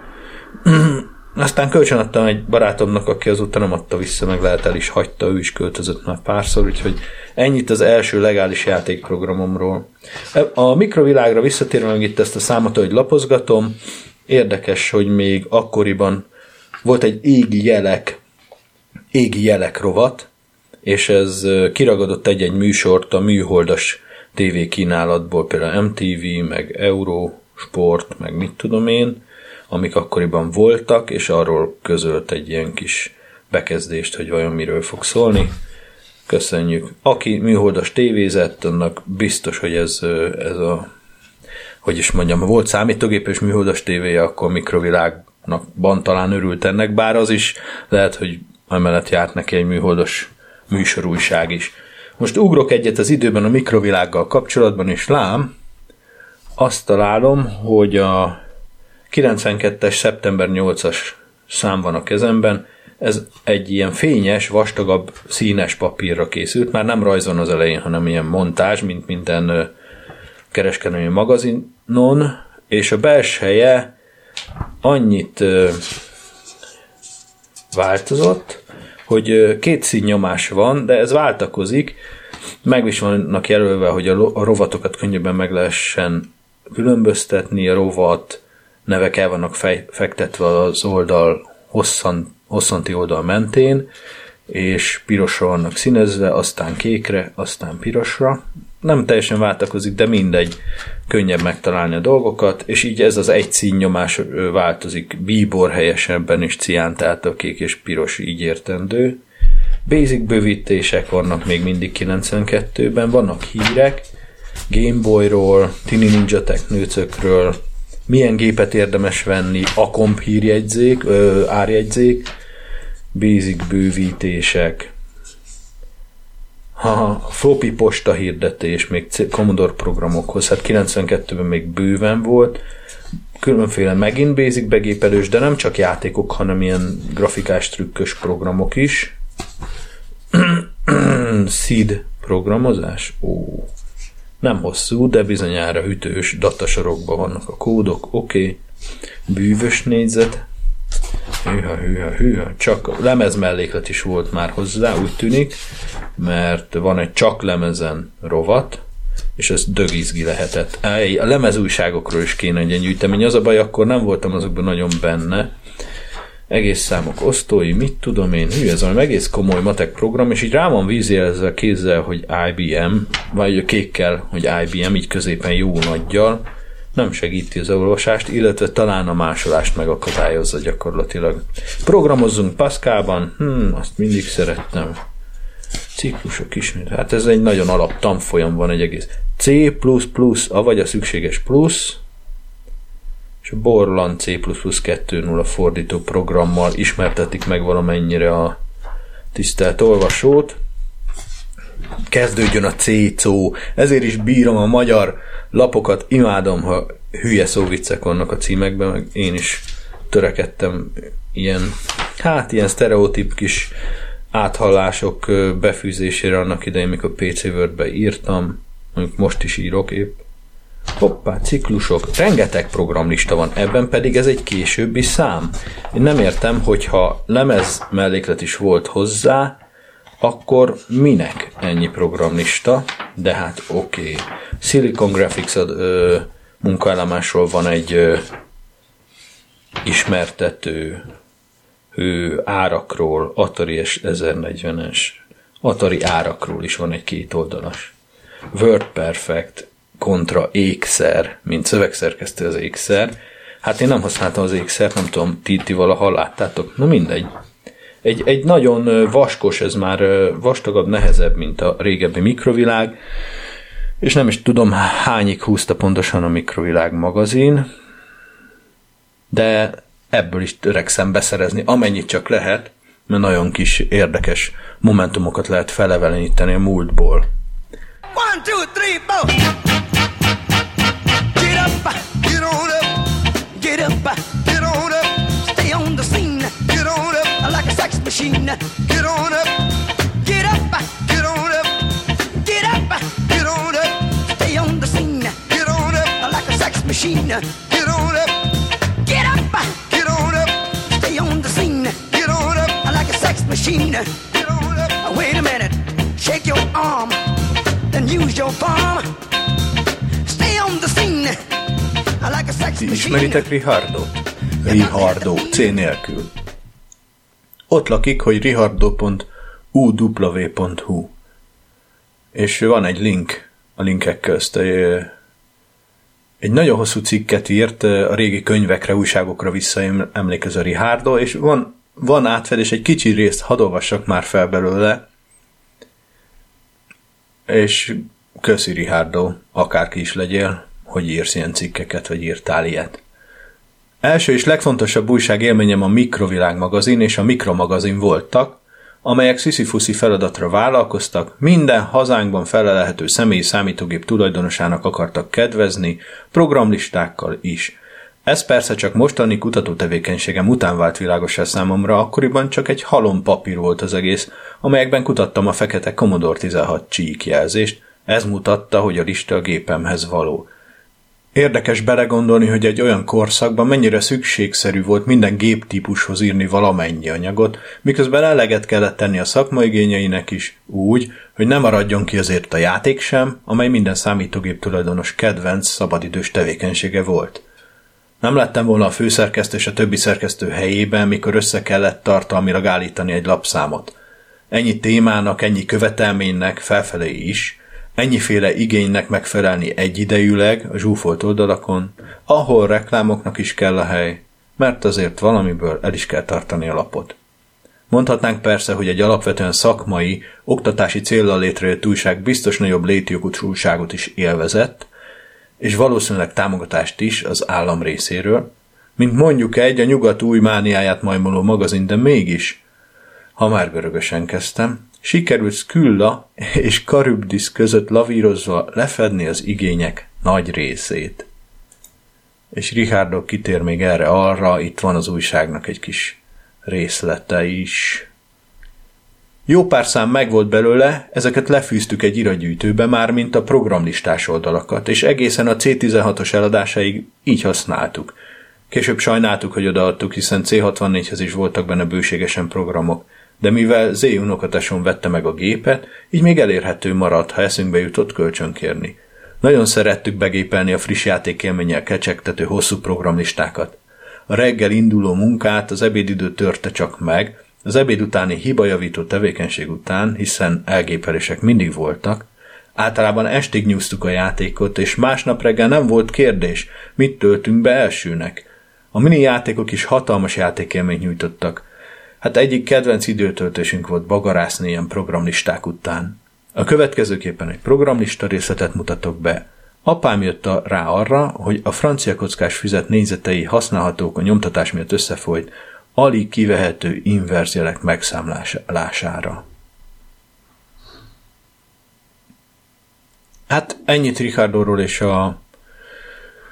Aztán kölcsönadtam egy barátomnak, aki azóta nem adta vissza, meg lehet el is hagyta, ő is költözött már párszor, úgyhogy ennyit az első legális játékprogramomról. A mikrovilágra visszatérve meg itt ezt a számot, hogy lapozgatom, érdekes, hogy még akkoriban volt egy égi jelek, égi jelek rovat, és ez kiragadott egy-egy műsort a műholdas tévékínálatból, például em té vé, meg Eurosport, meg mit tudom én, amik akkoriban voltak, és arról közölt egy ilyen kis bekezdést, hogy vajon miről fog szólni. Köszönjük. Aki műholdas tévézett, annak biztos, hogy ez, ez a, hogy is mondjam, ha volt számítógépes műholdas tévéje, akkor mikrovilágnak talán örült ennek, bár az is lehet, hogy emellett járt neki egy műholdas műsorújság is. Most ugrok egyet az időben a mikrovilággal kapcsolatban, és lám, azt találom, hogy a kilencvenkettes szeptember nyolcas szám van a kezemben, ez egy ilyen fényes, vastagabb, színes papírra készült, már nem rajz van az elején, hanem ilyen montázs, mint minden kereskedelmi magazinon, és a belseje annyit változott, hogy két színnyomás van, de ez váltakozik, meg is vannak jelölve, hogy a rovatokat könnyebben meg lehessen különböztetni, a rovat nevek el vannak fej, fektetve az oldal hosszan, hosszanti oldal mentén, és pirosra vannak színezve, aztán kékre, aztán pirosra. Nem teljesen váltakozik, de mindegy, könnyebb megtalálni a dolgokat, és így ez az egy színnyomás változik, bíbor helyesebben, és cián, tehát a kék és piros így értendő. Basic bővítések vannak még mindig kilencvenkettőben, vannak hírek, Gameboyról, Tini Ninja Technőcökről, milyen gépet érdemes venni, a komp hírjegyzék, ö, árjegyzék, basic bővítések, ha, floppy posta hirdetés, még Commodore programokhoz, hát kilencvenkettőben még bőven volt, különféle megint basic begépelős, de nem csak játékok, hanem ilyen grafikás trükkös programok is. Seed programozás? Ó, nem hosszú, de bizonyára ütős datasorokban vannak a kódok, oké. Okay. Bűvös négyzet. Hűha, hűha, hűha. Csak lemez melléklet is volt már hozzá, úgy tűnik, mert van egy csak lemezen rovat, és ez dögizgi lehetett. A lemezújságokról is kéne egy gyűjtemény. Az a baj, akkor nem voltam azokban nagyon benne. Egész számok osztói, mit tudom én, hű, ez valami egész komoly matek program, és így rá van vízjelezve a kézzel, hogy i bé em, vagy a kékkel, hogy i bé em, így középen jó nagyjal, nem segíti az olvasást, illetve talán a másolást megakadályozza gyakorlatilag. Programozzunk Pascalban, hm, azt mindig szerettem. Ciklusok ismét, hát ez egy nagyon alap tanfolyam van egy egész. C plusz plusz, avagy a szükséges plusz, és a Borland C plusz plusz kettő nulla fordító programmal ismertetik meg valamennyire a tisztelt olvasót. Kezdődjön a C-szó, ezért is bírom a magyar lapokat, imádom, ha hülye szóviccek vannak a címekben, meg én is törekedtem ilyen, hát ilyen sztereotíp kis áthallások befűzésére annak idején, mikor pé cé Wordbe írtam, mondjuk most is írok épp. Hoppá, ciklusok, rengeteg programlista van, ebben pedig ez egy későbbi szám. Én nem értem, hogyha lemez melléklet is volt hozzá, akkor minek ennyi programlista? De hát oké. Okay. Silicon Graphics ö, munkaállomásról van egy ö, ismertető ő, árakról, Atari ezernegyvenes, Atari árakról is van egy kétoldalas. WordPerfect kontra ékszer, mint szövegszerkesztő az ékszer. Hát én nem használtam az ékszert, nem tudom, ti, ti valaha láttátok. Na mindegy. Egy, egy nagyon vaskos, ez már vastagabb, nehezebb, mint a régebbi Mikrovilág, és nem is tudom, hányig húzta pontosan a Mikrovilág magazin, de ebből is törekszem beszerezni, amennyit csak lehet, mert nagyon kis érdekes momentumokat lehet feleveleníteni a múltból. One, two, three, four. Get up, get on up, get up, get on up, stay on the scene, get on up, like a sex machine, get on up, get up, get on up, get up, get on up, stay on the scene, get on up, like a sex machine, get on up, get up, get on up, stay on the scene, get on up, like a sex machine, get on up, wait a minute, shake your arm, then use your palm. Stay on the scene. I like a sex machine. Ismeritek Richardot? Richardo, C nélkül. Ott lakik, hogy richardo pont u w pont hu. És van egy link a linkek közt. Egy nagyon hosszú cikket írt a régi könyvekre, újságokra visszaemlékező Richardo, és van, van átfedés, egy kicsi részt hadd olvassak már fel belőle, és köszi Richardo, akárki is legyél, hogy írsz ilyen cikkeket, vagy írtál ilyet. Első és legfontosabb újság élményem a Mikrovilág magazin és a Mikromagazin voltak, amelyek sziszifuszi feladatra vállalkoztak, minden hazánkban felelhető személyi számítógép tulajdonosának akartak kedvezni, programlistákkal is. Ez persze csak mostani kutatótevékenységem után vált világossá számomra, akkoriban csak egy halom papír volt az egész, amelyekben kutattam a fekete Commodore tizenhat csíkjelzést, ez mutatta, hogy a lista a gépemhez való. Érdekes belegondolni, hogy egy olyan korszakban mennyire szükségszerű volt minden géptípushoz írni valamennyi anyagot, miközben eleget kellett tenni a szakmaigényeinek is, úgy, hogy ne maradjon ki azért a játék sem, amely minden számítógép tulajdonos kedvenc szabadidős tevékenysége volt. Nem lettem volna a főszerkesztő és a többi szerkesztő helyében, mikor össze kellett tartalmilag állítani egy lapszámot. Ennyi témának, ennyi követelménynek, felfelé is, ennyiféle igénynek megfelelni egyidejűleg a zsúfolt oldalakon, ahol reklámoknak is kell a hely, mert azért valamiből el is kell tartani a lapot. Mondhatnánk persze, hogy egy alapvetően szakmai, oktatási céllal létrejött újság biztos nagyobb létjogosultságot is élvezett, és valószínűleg támogatást is az állam részéről, mint mondjuk egy a nyugat új mániáját majmoló magazin, de mégis, ha már görögösen kezdtem, sikerült Skylla és Charybdis között lavírozva lefedni az igények nagy részét. És Richardo kitér még erre arra, itt van az újságnak egy kis részlete is. Jó pár szám megvolt belőle, ezeket lefűztük egy iratgyűjtőbe már, mint a programlistás oldalakat, és egészen a cé tizenhatos eladásáig így használtuk. Később sajnáltuk, hogy odaadtuk, hiszen cé hatvannégyhez is voltak benne bőségesen programok, de mivel Z unokatesom vette meg a gépet, így még elérhető maradt, ha eszünkbe jutott kölcsönkérni. Nagyon szerettük begépelni a friss játékélménnyel kecsegtető hosszú programlistákat. A reggel induló munkát az ebédidő törte csak meg, az ebéd utáni hibajavító tevékenység után, hiszen elgépelések mindig voltak, általában estig nyúztuk a játékot, és másnap reggel nem volt kérdés, mit töltünk be elsőnek. A mini játékok is hatalmas játékélményt nyújtottak. Hát egyik kedvenc időtöltésünk volt bagarászni ilyen programlisták után. A következőképpen egy programlista részletet mutatok be. Apám jött rá arra, hogy a francia kockás füzet négyzetei használhatók a nyomtatás miatt összefolyt, alig kivehető inverzjelek megszámlására. Hát ennyit Richardóról és a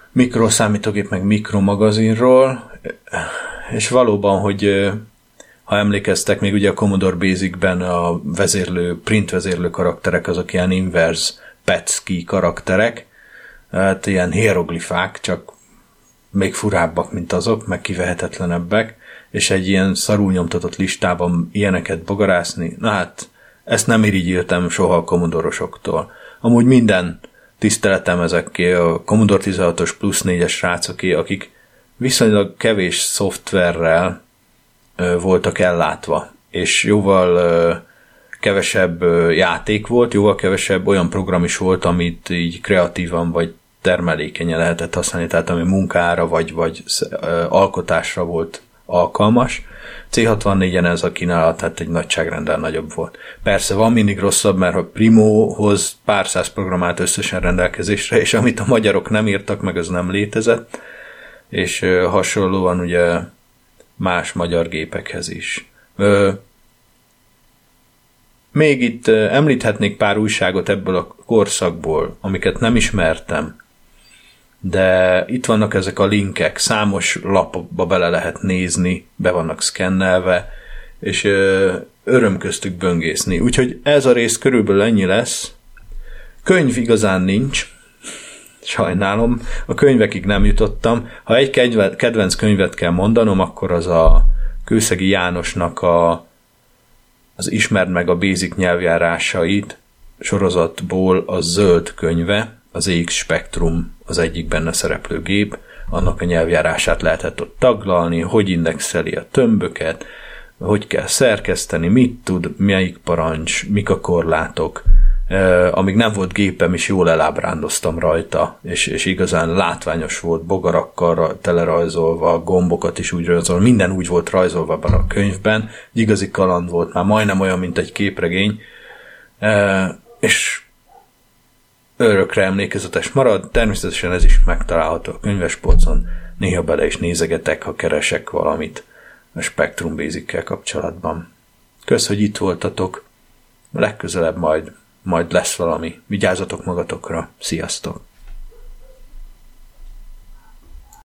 mikroszámítógép meg mikromagazinról, és valóban, hogy ha emlékeztek, még ugye a Commodore Basic-ben a vezérlő, print vezérlő karakterek azok ilyen inverse petski karakterek, hát ilyen hieroglifák, csak még furábbak, mint azok, meg kivehetetlenebbek, és egy ilyen szarul nyomtatott listában ilyeneket bogarászni, na hát ezt nem irigyültem soha a Commodore-osoktól. Amúgy minden tiszteletem ezekké a Commodore tizenhatos plusz négyes srácoké, akik viszonylag kevés szoftverrel ö, voltak ellátva, és jóval ö, kevesebb ö, játék volt, jóval kevesebb olyan program is volt, amit így kreatívan vagy termelékenyen lehetett használni, tehát ami munkára vagy, vagy ö, alkotásra volt alkalmas. cé hatvannégyen ez a kínálat hát egy nagyságrendel nagyobb volt. Persze van mindig rosszabb, mert a Primohoz pár száz program állt összesen rendelkezésre, és amit a magyarok nem írtak meg, az nem létezett, és ö, hasonlóan ugye más magyar gépekhez is. Ö, még itt ö, említhetnék pár újságot ebből a korszakból, amiket nem ismertem, de itt vannak ezek a linkek, számos lapba bele lehet nézni, be vannak szkennelve, és ö, öröm köztük böngészni. Úgyhogy ez a rész körülbelül ennyi lesz. Könyv igazán nincs, sajnálom, a könyvekig nem jutottam. Ha egy kedvenc könyvet kell mondanom, akkor az a Kőszegi Jánosnak a, az Ismerd meg a Basic nyelvjárásait sorozatból a Zöld könyve, az zé iksz Spectrum az egyik benne szereplő gép, annak a nyelvjárását lehetett ott taglalni, hogy indexeli a tömböket, hogy kell szerkeszteni, mit tud, melyik parancs, mik a korlátok. Uh, amíg nem volt gépem, is jól elábrándoztam rajta, és, és igazán látványos volt, bogarakkal telerajzolva, gombokat is úgy rajzolva, minden úgy volt rajzolva ebben a könyvben, egy igazi kaland volt, már majdnem olyan, mint egy képregény, uh, és örökre emlékezetes marad, természetesen ez is megtalálható a könyvespolcon, néha bele is nézegetek, ha keresek valamit a Spectrum Basic-kel kapcsolatban. Kösz, hogy itt voltatok, legközelebb majd majd lesz valami. Vigyázzatok magatokra. Sziasztok!